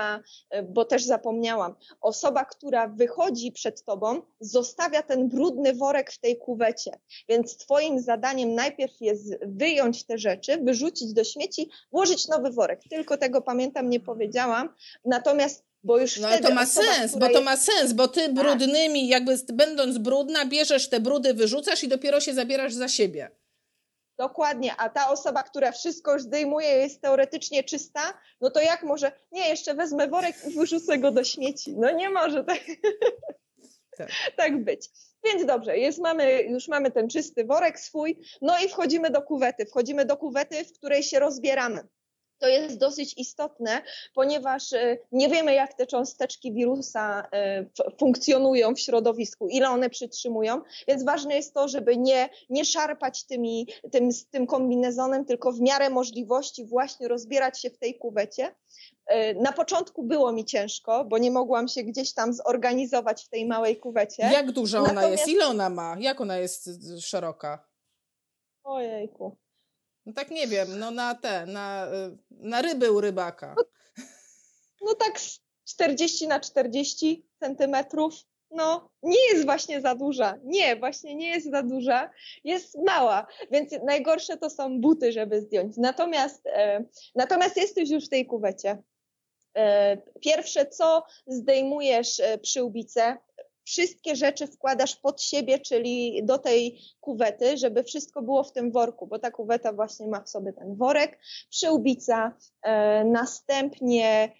która wychodzi przed tobą, zostawia ten brudny worek w tej kuwecie. Więc twoim zadaniem najpierw jest wyjąć te rzeczy, wyrzucić do śmieci, włożyć nowy worek. Tylko tego pamiętam, nie powiedziałam. Natomiast bo już ale to ma sens, bo ty brudnymi, jakby będąc brudna, bierzesz te brudy, wyrzucasz i dopiero się zabierasz za siebie. Dokładnie, a ta osoba, która wszystko już zdejmuje, jest teoretycznie czysta, no to jak może, nie, jeszcze wezmę worek i wyrzucę go do śmieci. No nie może tak być. Więc dobrze, już mamy ten czysty worek swój, no i wchodzimy do kuwety, w której się rozbieramy. To jest dosyć istotne, ponieważ nie wiemy, jak te cząsteczki wirusa funkcjonują w środowisku, ile one przytrzymują, więc ważne jest to, żeby nie szarpać tym kombinezonem, tylko w miarę możliwości właśnie rozbierać się w tej kuwecie. Na początku było mi ciężko, bo nie mogłam się gdzieś tam zorganizować w tej małej kuwecie. Jak duża ona jest? Ile ona ma? Jak ona jest szeroka? Ojejku. No tak nie wiem, na ryby u rybaka. No tak 40 na 40 centymetrów. No, nie jest właśnie za duża. Nie, właśnie nie jest za duża. Jest mała, więc najgorsze to są buty, żeby zdjąć. Natomiast jesteś już w tej kuwecie. Pierwsze co, zdejmujesz przyłbicę. Wszystkie rzeczy wkładasz pod siebie, czyli do tej kuwety, żeby wszystko było w tym worku, bo ta kuweta właśnie ma w sobie ten worek, przyłbica, następnie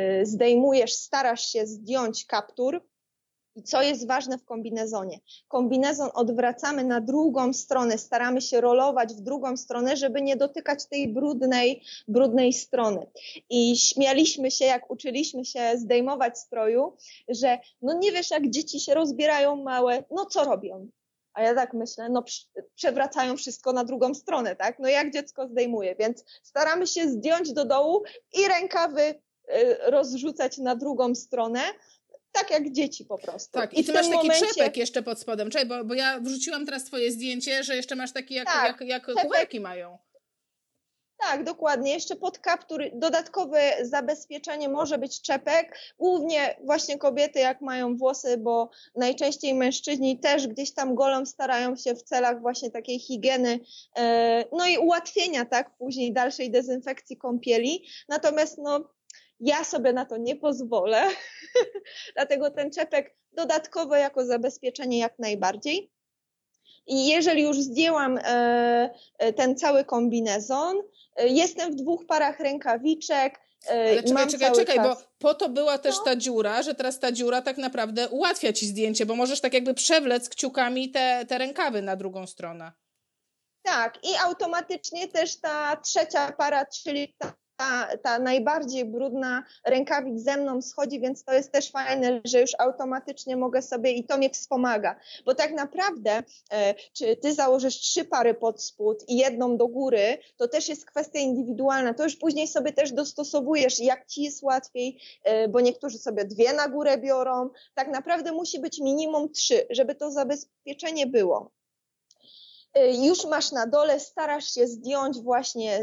starasz się zdjąć kaptur. I co jest ważne w kombinezonie? Kombinezon odwracamy na drugą stronę, staramy się rolować w drugą stronę, żeby nie dotykać tej brudnej strony. I śmialiśmy się, jak uczyliśmy się zdejmować stroju, że no nie wiesz, jak dzieci się rozbierają małe, no co robią? A ja tak myślę, no przewracają wszystko na drugą stronę, tak? No jak dziecko zdejmuje? Więc staramy się zdjąć do dołu i rękawy rozrzucać na drugą stronę, tak jak dzieci po prostu. Tak, i ty masz taki czepek jeszcze pod spodem. Czekaj, bo ja wrzuciłam teraz twoje zdjęcie, że jeszcze masz taki jak kuwerki mają. Tak, dokładnie. Jeszcze pod kaptur dodatkowe zabezpieczenie może być czepek. Głównie właśnie kobiety, jak mają włosy, bo najczęściej mężczyźni też gdzieś tam golą, starają się w celach właśnie takiej higieny, no i ułatwienia, tak, później dalszej dezynfekcji kąpieli. Natomiast ja sobie na to nie pozwolę, dlatego ten czepek dodatkowo jako zabezpieczenie jak najbardziej. I jeżeli już zdjęłam ten cały kombinezon, jestem w 2 parach rękawiczek. Ale czekaj, bo po to była też ta dziura, że teraz ta dziura tak naprawdę ułatwia ci zdjęcie, bo możesz tak jakby przewlec kciukami te rękawy na drugą stronę. Tak, i automatycznie też ta trzecia para, czyli ta najbardziej brudna rękawic ze mną schodzi, więc to jest też fajne, że już automatycznie mogę sobie i to mnie wspomaga. Bo tak naprawdę, czy ty założysz 3 pary pod spód i jedną do góry, to też jest kwestia indywidualna. To już później sobie też dostosowujesz, jak ci jest łatwiej, bo niektórzy sobie 2 na górę biorą. Tak naprawdę musi być minimum 3, żeby to zabezpieczenie było. Już masz na dole, starasz się zdjąć właśnie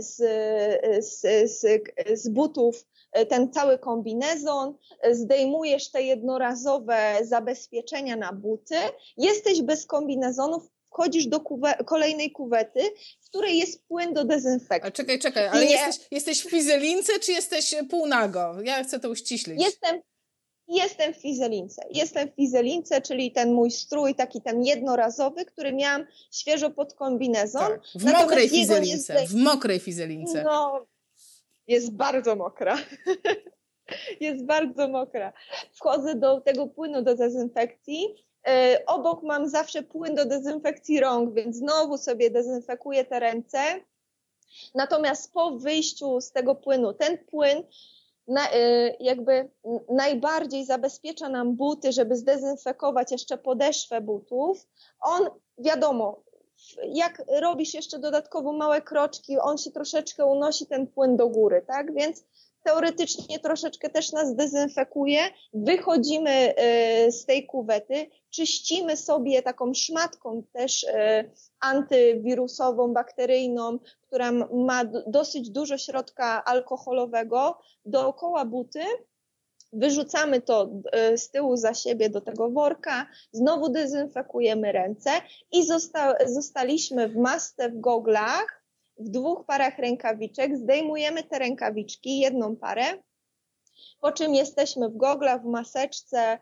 z butów ten cały kombinezon, zdejmujesz te jednorazowe zabezpieczenia na buty, jesteś bez kombinezonów, wchodzisz do kolejnej kuwety, w której jest płyn do dezynfekcji. A czekaj, ale jesteś w fizelince, czy jesteś półnago? Ja chcę to uściślić. Jestem w fizelince, czyli ten mój strój, taki ten jednorazowy, który miałam świeżo pod kombinezon. Tak, w mokrej fizelince. No, jest bardzo mokra. Jest bardzo mokra. Wchodzę do tego płynu do dezynfekcji. Obok mam zawsze płyn do dezynfekcji rąk, więc znowu sobie dezynfekuję te ręce. Natomiast po wyjściu z tego płynu, ten płyn jakby najbardziej zabezpiecza nam buty, żeby zdezynfekować jeszcze podeszwę butów. On, wiadomo, jak robisz jeszcze dodatkowo małe kroczki, on się troszeczkę unosi ten płyn do góry, tak? Więc teoretycznie troszeczkę też nas dezynfekuje. Wychodzimy z tej kuwety, czyścimy sobie taką szmatką też antywirusową, bakteryjną, która ma dosyć dużo środka alkoholowego dookoła buty. Wyrzucamy to z tyłu za siebie do tego worka, znowu dezynfekujemy ręce i zostaliśmy w masce, w goglach, w 2 parach rękawiczek. Zdejmujemy te rękawiczki, 1 parę, po czym jesteśmy w goglach, w maseczce,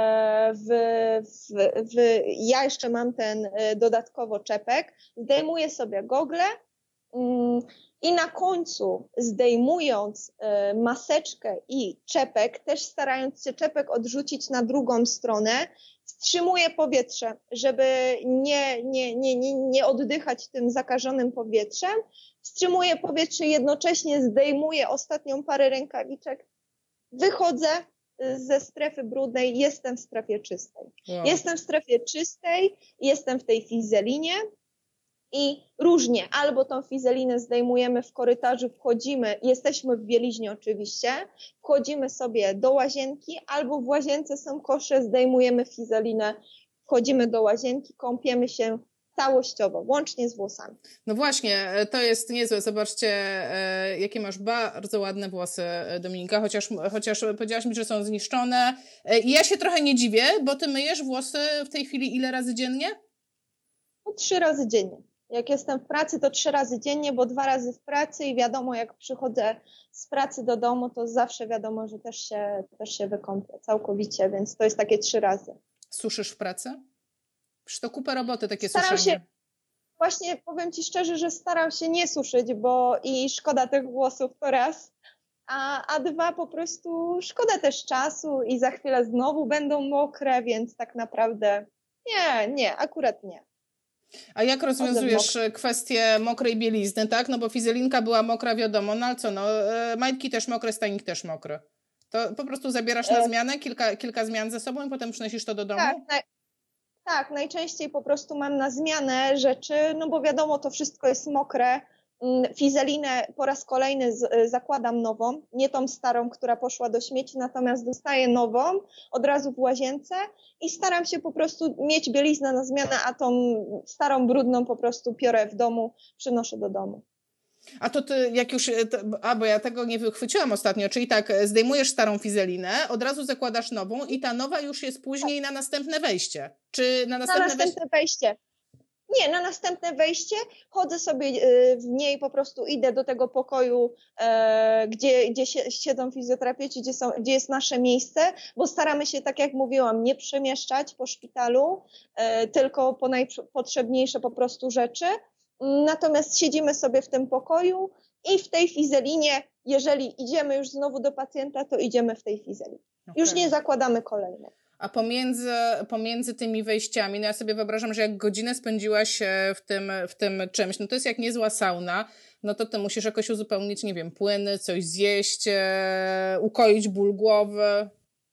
ja jeszcze mam ten dodatkowo czepek, zdejmuję sobie gogle i na końcu, zdejmując maseczkę i czepek, też starając się czepek odrzucić na drugą stronę, wstrzymuję powietrze, żeby nie oddychać tym zakażonym powietrzem. Wstrzymuję powietrze, jednocześnie zdejmuję ostatnią parę rękawiczek, wychodzę ze strefy brudnej, jestem w strefie czystej. Wow. Jestem w strefie czystej, jestem w tej fizelinie i różnie, albo tą fizelinę zdejmujemy w korytarzu, wchodzimy, jesteśmy w bieliźnie oczywiście, wchodzimy sobie do łazienki, albo w łazience są kosze, zdejmujemy fizelinę, wchodzimy do łazienki, kąpiemy się całościowo, łącznie z włosami. No właśnie, to jest niezłe. Zobaczcie, jakie masz bardzo ładne włosy, Dominika, chociaż powiedziałaś mi, że są zniszczone. I ja się trochę nie dziwię, bo ty myjesz włosy w tej chwili ile razy dziennie? 3 razy dziennie. Jak jestem w pracy, to 3 razy dziennie, bo 2 razy w pracy i wiadomo, jak przychodzę z pracy do domu, to zawsze wiadomo, że też się wykąpię całkowicie, więc to jest takie 3 razy. Suszysz w pracy? Przecież to kupę roboty takie suszenie. Się, właśnie powiem Ci szczerze, że staram się nie suszyć, bo i szkoda tych włosów to raz, a 2 po prostu szkoda też czasu i za chwilę znowu będą mokre, więc tak naprawdę akurat nie. A jak rozwiązujesz kwestię mokrej bielizny, tak? No bo fizelinka była mokra, wiadomo, no ale co, majtki też mokre, stanik też mokry. To po prostu zabierasz na zmianę, kilka zmian ze sobą i potem przynosisz to do domu? Tak, najczęściej po prostu mam na zmianę rzeczy, no bo wiadomo, to wszystko jest mokre. Fizelinę po raz kolejny zakładam nową, nie tą starą, która poszła do śmieci, natomiast dostaję nową od razu w łazience i staram się po prostu mieć bieliznę na zmianę, a tą starą, brudną po prostu piorę w domu, przynoszę do domu. A to ty jak już, bo ja tego nie wychwyciłam ostatnio, czyli tak, zdejmujesz starą fizelinę, od razu zakładasz nową i ta nowa już jest później na następne wejście. Czy na następne wejście? Nie, na następne wejście chodzę sobie w niej, po prostu idę do tego pokoju, gdzie siedzą fizjoterapeuci, gdzie jest nasze miejsce, bo staramy się, tak jak mówiłam, nie przemieszczać po szpitalu, tylko po najpotrzebniejsze po prostu rzeczy. Natomiast siedzimy sobie w tym pokoju i w tej fizelinie, jeżeli idziemy już znowu do pacjenta, to idziemy w tej fizelinie. Okay. Już nie zakładamy kolejnej. A pomiędzy tymi wejściami, no ja sobie wyobrażam, że jak godzinę spędziłaś w tym czymś, no to jest jak niezła sauna, no to ty musisz jakoś uzupełnić, nie wiem, płyny, coś zjeść, ukoić ból głowy.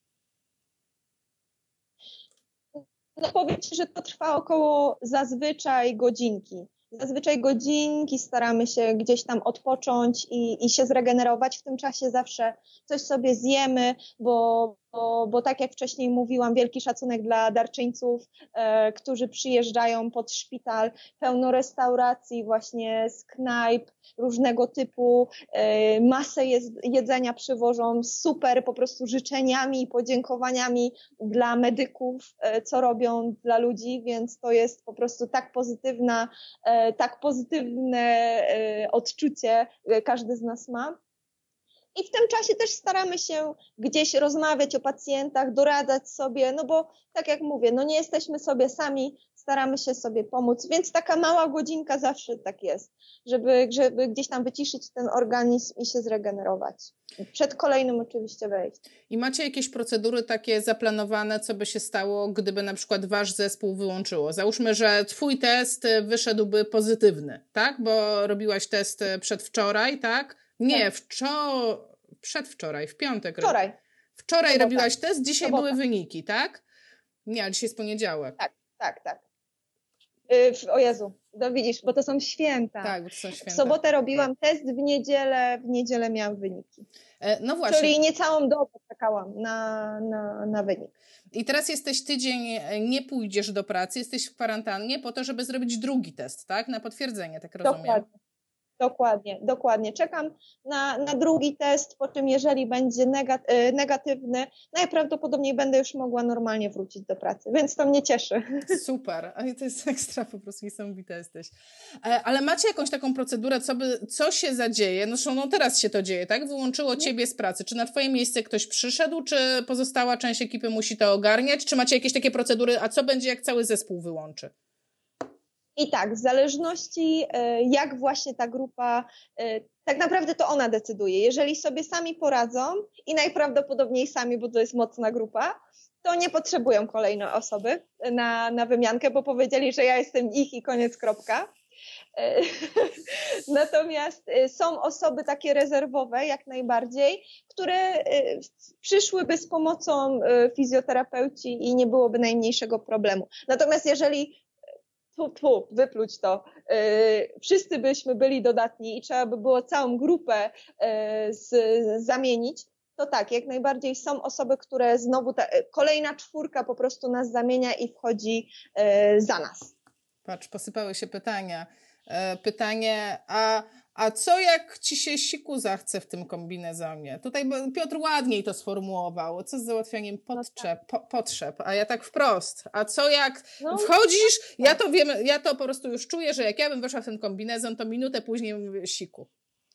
No powiem Ci, że to trwa około zazwyczaj godzinki. Zazwyczaj godzinki staramy się gdzieś tam odpocząć i się zregenerować. W tym czasie zawsze coś sobie zjemy, bo tak jak wcześniej mówiłam, wielki szacunek dla darczyńców, którzy przyjeżdżają pod szpital, pełno restauracji właśnie z knajp różnego typu, masę jedzenia przywożą, super po prostu życzeniami i podziękowaniami dla medyków, co robią dla ludzi, więc to jest po prostu tak pozytywne odczucie każdy z nas ma. I w tym czasie też staramy się gdzieś rozmawiać o pacjentach, doradzać sobie, no bo tak jak mówię, no nie jesteśmy sobie sami, staramy się sobie pomóc, więc taka mała godzinka zawsze tak jest, żeby gdzieś tam wyciszyć ten organizm i się zregenerować. Przed kolejnym oczywiście wejść. I macie jakieś procedury takie zaplanowane, co by się stało, gdyby na przykład wasz zespół wyłączyło? Załóżmy, że twój test wyszedłby pozytywny, tak? Bo robiłaś test przedwczoraj, tak? Nie, Tak. przedwczoraj, w piątek. Wczoraj Sobota. Robiłaś test, dzisiaj Sobota. były wyniki, tak? Nie, ale dzisiaj jest poniedziałek. Tak. O Jezu, no widzisz, bo to są święta. Tak, bo to są święta. W sobotę robiłam test, w niedzielę miałam wyniki. No właśnie. Czyli niecałą dobę czekałam na wynik. I teraz jesteś tydzień, nie pójdziesz do pracy, jesteś w kwarantannie po to, żeby zrobić drugi test, tak? Na potwierdzenie, tak rozumiem. Dokładnie. Czekam na drugi test, po czym jeżeli będzie negatywny, najprawdopodobniej będę już mogła normalnie wrócić do pracy, więc to mnie cieszy. Super, ale to jest ekstra, po prostu niesamowita jesteś. Ale macie jakąś taką procedurę, co się zadzieje? No teraz się to dzieje, tak? Wyłączyło ciebie z pracy. Czy na twoje miejsce ktoś przyszedł, czy pozostała część ekipy musi to ogarniać? Czy macie jakieś takie procedury, a co będzie, jak cały zespół wyłączy? I tak, w zależności jak właśnie ta grupa, tak naprawdę to ona decyduje. Jeżeli sobie sami poradzą i najprawdopodobniej sami, bo to jest mocna grupa, to nie potrzebują kolejnej osoby na wymiankę, bo powiedzieli, że ja jestem ich i koniec, kropka. Natomiast są osoby takie rezerwowe jak najbardziej, które przyszłyby z pomocą fizjoterapeuci i nie byłoby najmniejszego problemu. Natomiast jeżeli wypluć to. Wszyscy byśmy byli dodatni i trzeba by było całą grupę zamienić, to tak, jak najbardziej są osoby, które znowu, kolejna czwórka po prostu nas zamienia i wchodzi za nas. Patrz, posypały się pytania. Pytanie, a co jak ci się siku zachce w tym kombinezonie? Tutaj Piotr ładniej to sformułował. Co z załatwianiem potrzeb? A ja tak wprost. A co jak wchodzisz? Ja to wiem, ja to po prostu już czuję, że jak ja bym weszła w ten kombinezon, to minutę później mówię siku.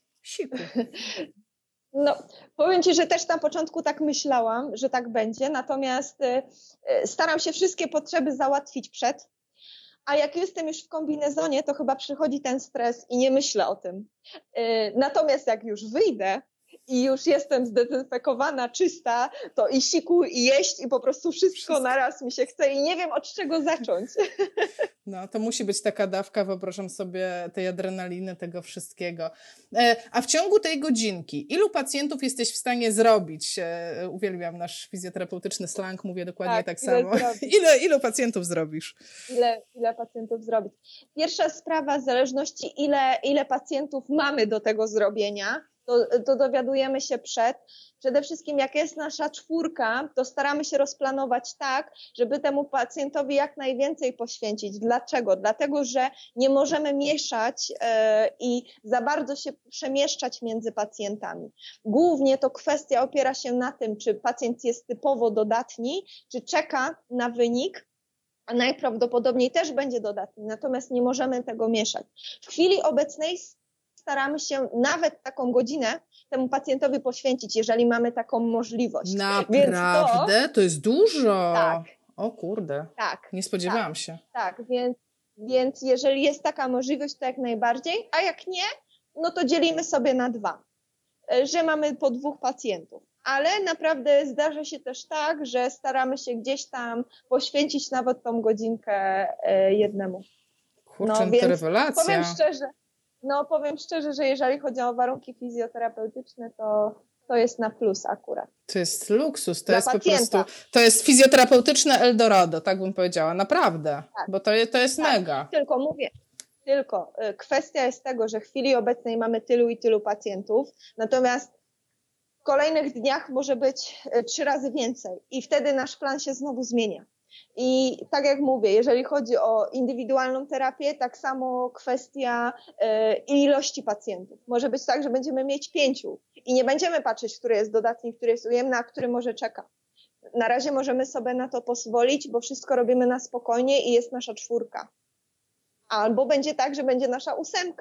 No, powiem Ci, że też na początku tak myślałam, że tak będzie, natomiast staram się wszystkie potrzeby załatwić przed. A jak jestem już w kombinezonie, to chyba przychodzi ten stres i nie myślę o tym. Natomiast jak już wyjdę i już jestem zdezynfekowana, czysta, to i siku, i jeść, i po prostu wszystko naraz mi się chce i nie wiem od czego zacząć. No, to musi być taka dawka, wyobrażam sobie, tej adrenaliny, tego wszystkiego. A w ciągu tej godzinki, ilu pacjentów jesteś w stanie zrobić? Uwielbiam nasz fizjoterapeutyczny slang, mówię dokładnie tak samo. Ilu pacjentów zrobisz? Ile pacjentów zrobić? Pierwsza sprawa, w zależności ile pacjentów mamy do tego zrobienia, to dowiadujemy się Przede wszystkim jak jest nasza czwórka, to staramy się rozplanować tak, żeby temu pacjentowi jak najwięcej poświęcić. Dlaczego? Dlatego, że nie możemy mieszać i za bardzo się przemieszczać między pacjentami. Głównie to kwestia opiera się na tym, czy pacjent jest typowo dodatni, czy czeka na wynik, a najprawdopodobniej też będzie dodatni, natomiast nie możemy tego mieszać. W chwili obecnej staramy się nawet taką godzinę temu pacjentowi poświęcić, jeżeli mamy taką możliwość. Naprawdę? To jest dużo? Tak. O kurde. Tak. Nie spodziewałam się. Tak, więc jeżeli jest taka możliwość, to jak najbardziej, a jak nie, no to dzielimy sobie na 2, że mamy po 2 pacjentów. Ale naprawdę zdarza się też tak, że staramy się gdzieś tam poświęcić nawet tą godzinkę jednemu. Kurczę, to Więc rewelacja. powiem szczerze, że jeżeli chodzi o warunki fizjoterapeutyczne, to jest na plus akurat. To jest luksus, to Dla jest pacjenta. po prostu, to jest fizjoterapeutyczne Eldorado, tak bym powiedziała, naprawdę, Tak, bo to jest tak. mega. Tylko kwestia jest tego, że w chwili obecnej mamy tylu i tylu pacjentów, natomiast w kolejnych dniach może być 3 razy więcej i wtedy nasz plan się znowu zmienia. I tak jak mówię, jeżeli chodzi o indywidualną terapię, tak samo kwestia ilości pacjentów. Może być tak, że będziemy mieć 5 i nie będziemy patrzeć, który jest dodatni, który jest ujemny, a który może czeka. Na razie możemy sobie na to pozwolić, bo wszystko robimy na spokojnie i jest nasza 4. Albo będzie tak, że będzie nasza 8.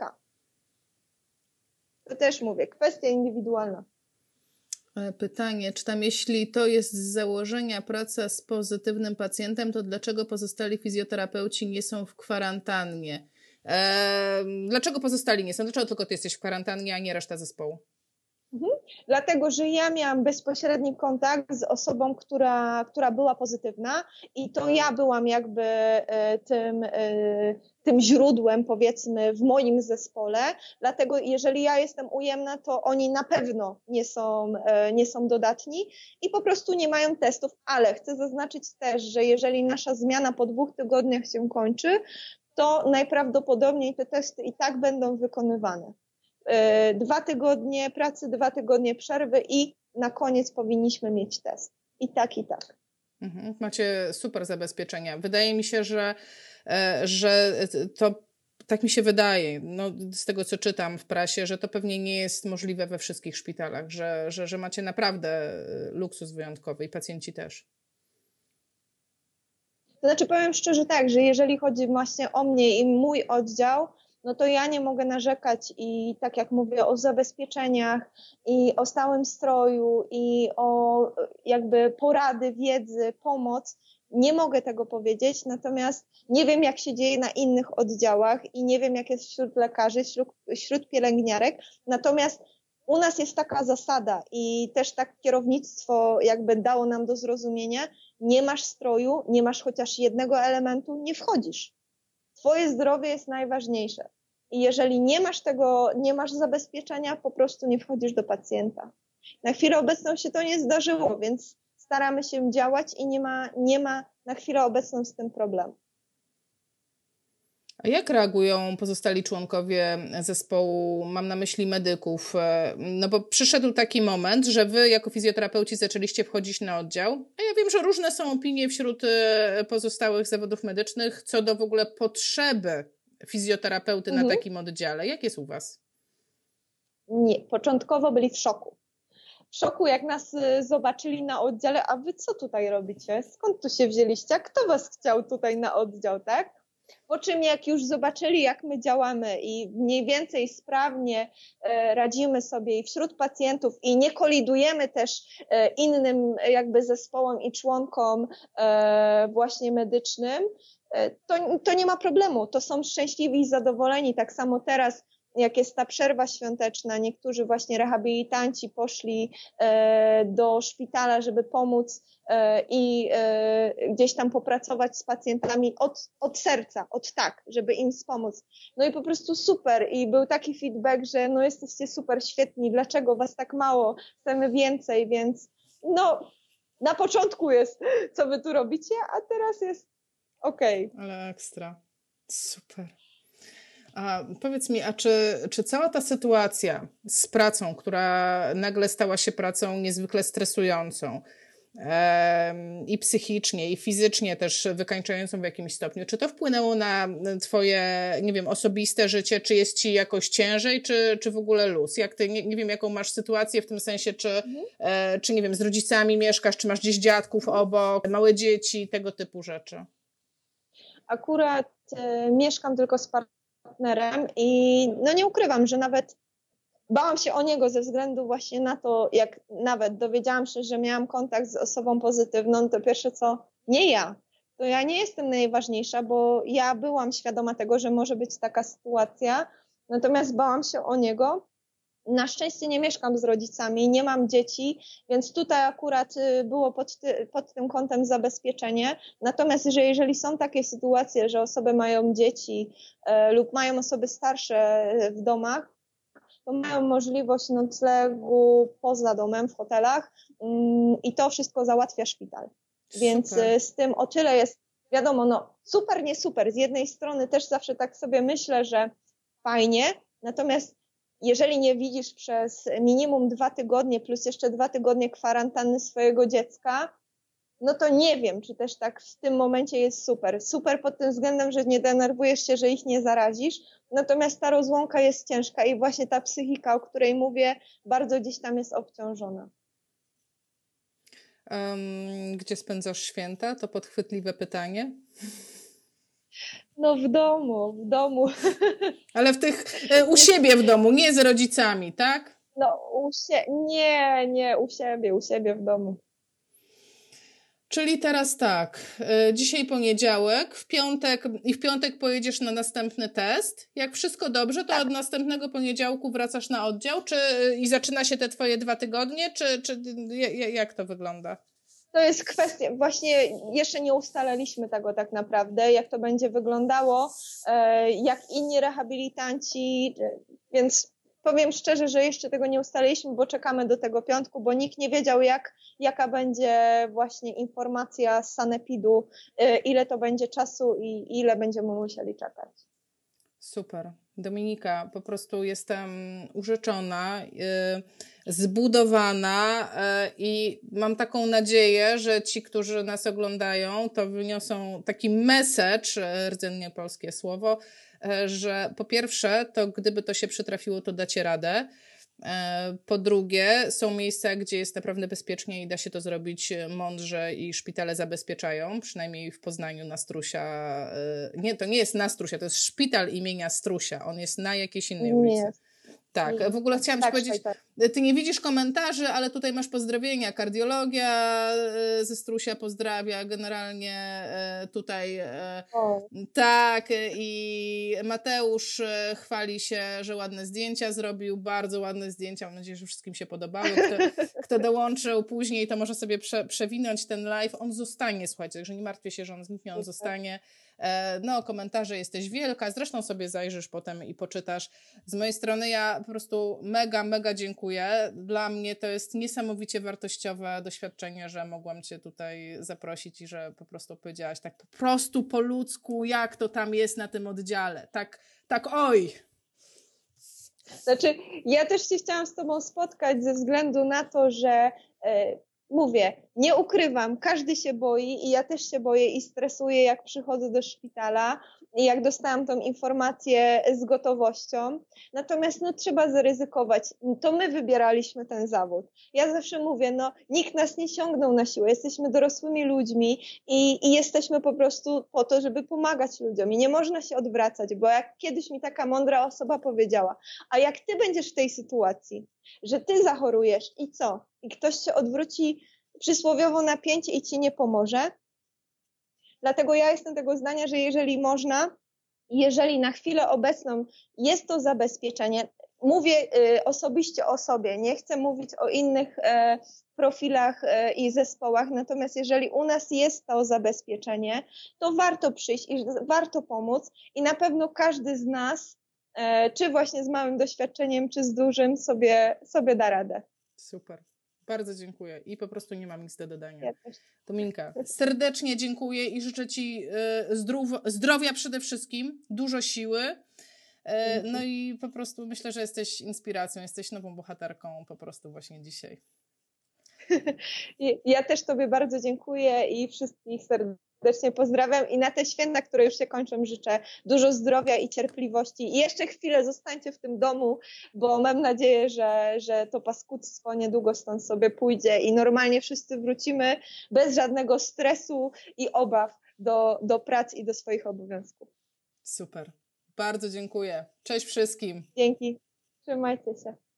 To też mówię, kwestia indywidualna. Pytanie, czy tam jeśli to jest z założenia praca z pozytywnym pacjentem, to dlaczego pozostali fizjoterapeuci nie są w kwarantannie? Dlaczego pozostali nie są? Dlaczego tylko ty jesteś w kwarantannie, a nie reszta zespołu? Dlatego, że ja miałam bezpośredni kontakt z osobą, która była pozytywna i to ja byłam jakby tym źródłem, powiedzmy, w moim zespole. Dlatego jeżeli ja jestem ujemna, to oni na pewno nie są dodatni i po prostu nie mają testów, ale chcę zaznaczyć też, że jeżeli nasza zmiana po 2 tygodniach się kończy, to najprawdopodobniej te testy i tak będą wykonywane. 2 tygodnie pracy, 2 tygodnie przerwy i na koniec powinniśmy mieć test. I tak, i tak. Macie super zabezpieczenia. Wydaje mi się, że to, tak mi się wydaje, no, z tego co czytam w prasie, że to pewnie nie jest możliwe we wszystkich szpitalach, że macie naprawdę luksus wyjątkowy i pacjenci też. To znaczy powiem szczerze tak, że jeżeli chodzi właśnie o mnie i mój oddział, no to ja nie mogę narzekać i tak jak mówię o zabezpieczeniach i o stałym stroju i o jakby porady, wiedzy, pomoc, nie mogę tego powiedzieć, natomiast nie wiem jak się dzieje na innych oddziałach i nie wiem jak jest wśród lekarzy, wśród pielęgniarek, natomiast u nas jest taka zasada i też tak kierownictwo jakby dało nam do zrozumienia, nie masz stroju, nie masz chociaż jednego elementu, nie wchodzisz. Twoje zdrowie jest najważniejsze. I jeżeli nie masz zabezpieczenia, po prostu nie wchodzisz do pacjenta. Na chwilę obecną się to nie zdarzyło, więc staramy się działać i nie ma na chwilę obecną z tym problemu. A jak reagują pozostali członkowie zespołu, mam na myśli medyków? No bo przyszedł taki moment, że wy jako fizjoterapeuci zaczęliście wchodzić na oddział, a ja wiem, że różne są opinie wśród pozostałych zawodów medycznych co do w ogóle potrzeby fizjoterapeuty na takim oddziale. Jak jest u was? Nie, początkowo byli w szoku. W szoku, jak nas zobaczyli na oddziale, a wy co tutaj robicie? Skąd tu się wzięliście? A kto was chciał tutaj na oddział, tak? Po czym jak już zobaczyli, jak my działamy i mniej więcej sprawnie radzimy sobie i wśród pacjentów i nie kolidujemy też innym jakby zespołom i członkom właśnie medycznym, to nie ma problemu. To są szczęśliwi i zadowoleni. Tak samo teraz, jak jest ta przerwa świąteczna, niektórzy właśnie rehabilitanci poszli do szpitala, żeby pomóc i gdzieś tam popracować z pacjentami od serca, żeby im wspomóc. No i po prostu super i był taki feedback, że no jesteście super świetni, dlaczego was tak mało, chcemy więcej, więc no na początku jest, co wy tu robicie, a teraz jest okej. Ale ekstra. Super. A powiedz mi, czy cała ta sytuacja z pracą, która nagle stała się pracą niezwykle stresującą i psychicznie, i fizycznie też wykańczającą w jakimś stopniu, czy to wpłynęło na twoje, nie wiem, osobiste życie, czy jest ci jakoś ciężej, czy w ogóle luz? Jak ty, nie wiem, jaką masz sytuację w tym sensie, czy nie wiem, z rodzicami mieszkasz, czy masz gdzieś dziadków obok, małe dzieci, tego typu rzeczy? Akurat mieszkam tylko z partnerem i no nie ukrywam, że nawet bałam się o niego ze względu właśnie na to, jak nawet dowiedziałam się, że miałam kontakt z osobą pozytywną, to pierwsze co, nie ja. To ja nie jestem najważniejsza, bo ja byłam świadoma tego, że może być taka sytuacja, natomiast bałam się o niego. Na szczęście nie mieszkam z rodzicami, nie mam dzieci, więc tutaj akurat było pod tym kątem zabezpieczenie. Natomiast jeżeli są takie sytuacje, że osoby mają dzieci lub mają osoby starsze w domach, to mają możliwość noclegu poza domem, w hotelach i to wszystko załatwia szpital. Super. Więc z tym o tyle jest, wiadomo, no super, nie super. Z jednej strony też zawsze tak sobie myślę, że fajnie, natomiast jeżeli nie widzisz przez minimum 2 tygodnie plus jeszcze 2 tygodnie kwarantanny swojego dziecka, no to nie wiem, czy też tak w tym momencie jest super. Super pod tym względem, że nie denerwujesz się, że ich nie zarazisz, natomiast ta rozłąka jest ciężka i właśnie ta psychika, o której mówię, bardzo gdzieś tam jest obciążona. Gdzie spędzasz święta? To podchwytliwe pytanie. No w domu. Ale u siebie w domu, nie z rodzicami, tak? No nie, u siebie w domu. Czyli teraz tak, dzisiaj poniedziałek, w piątek pojedziesz na następny test. Jak wszystko dobrze, to tak. Od następnego poniedziałku wracasz na oddział, i zaczyna się te twoje 2 tygodnie, czy jak to wygląda? To jest kwestia, właśnie jeszcze nie ustaliliśmy tego tak naprawdę, jak to będzie wyglądało, jak inni rehabilitanci, więc powiem szczerze, że jeszcze tego nie ustaliliśmy, bo czekamy do tego piątku, bo nikt nie wiedział, jaka będzie właśnie informacja z sanepidu, ile to będzie czasu i ile będziemy musieli czekać. Super. Dominika, po prostu jestem urzeczona, zbudowana i mam taką nadzieję, że ci, którzy nas oglądają, to wyniosą taki message, rdzennie polskie słowo, że po pierwsze, to gdyby to się przytrafiło, to dacie radę. Po drugie, są miejsca, gdzie jest naprawdę bezpiecznie i da się to zrobić mądrze i szpitale zabezpieczają, przynajmniej w Poznaniu na Strusia. Nie, to nie jest na Strusia, to jest szpital imienia Strusia. On jest na jakiejś innej ulicy. Nie. Tak, w ogóle chciałam ci powiedzieć, ty nie widzisz komentarzy, ale tutaj masz pozdrowienia. Kardiologia ze Strusia pozdrawia, generalnie tutaj tak, i Mateusz chwali się, że ładne zdjęcia zrobił, bardzo ładne zdjęcia, mam nadzieję, że wszystkim się podobały. Kto dołączył później, to może sobie przewinąć ten live, on zostanie, słuchajcie, także nie martwię się, że on zniknie, on zostanie. No, komentarze jesteś wielka, zresztą sobie zajrzysz potem i poczytasz. Z mojej strony ja po prostu mega dziękuję. Dla mnie to jest niesamowicie wartościowe doświadczenie, że mogłam cię tutaj zaprosić i że po prostu powiedziałaś tak po prostu po ludzku, jak to tam jest na tym oddziale. Tak oj! Znaczy, ja też się chciałam z tobą spotkać ze względu na to, że mówię, nie ukrywam, każdy się boi i ja też się boję i stresuję, jak przychodzę do szpitala i jak dostałam tą informację z gotowością. Natomiast no trzeba zaryzykować. To my wybieraliśmy ten zawód. Ja zawsze mówię, no nikt nas nie ciągnął na siłę. Jesteśmy dorosłymi ludźmi i jesteśmy po prostu po to, żeby pomagać ludziom. I nie można się odwracać, bo jak kiedyś mi taka mądra osoba powiedziała, a jak ty będziesz w tej sytuacji, że ty zachorujesz i co? I ktoś się odwróci przysłowiowo na pięcie i ci nie pomoże. Dlatego ja jestem tego zdania, że jeżeli można, jeżeli na chwilę obecną jest to zabezpieczenie, mówię osobiście o sobie, nie chcę mówić o innych profilach i zespołach, natomiast jeżeli u nas jest to zabezpieczenie, to warto przyjść i warto pomóc i na pewno każdy z nas, czy właśnie z małym doświadczeniem, czy z dużym, sobie da radę. Super. Bardzo dziękuję i po prostu nie mam nic do dodania. Dominika, serdecznie dziękuję i życzę ci zdrowia przede wszystkim, dużo siły. No i po prostu myślę, że jesteś inspiracją, jesteś nową bohaterką po prostu właśnie dzisiaj. Ja też tobie bardzo dziękuję i wszystkich serdecznie pozdrawiam i na te święta, które już się kończą, życzę dużo zdrowia i cierpliwości i jeszcze chwilę zostańcie w tym domu, bo mam nadzieję, że to paskudztwo niedługo stąd sobie pójdzie i normalnie wszyscy wrócimy bez żadnego stresu i obaw do prac i do swoich obowiązków. Super, bardzo dziękuję. Cześć wszystkim. Dzięki, trzymajcie się.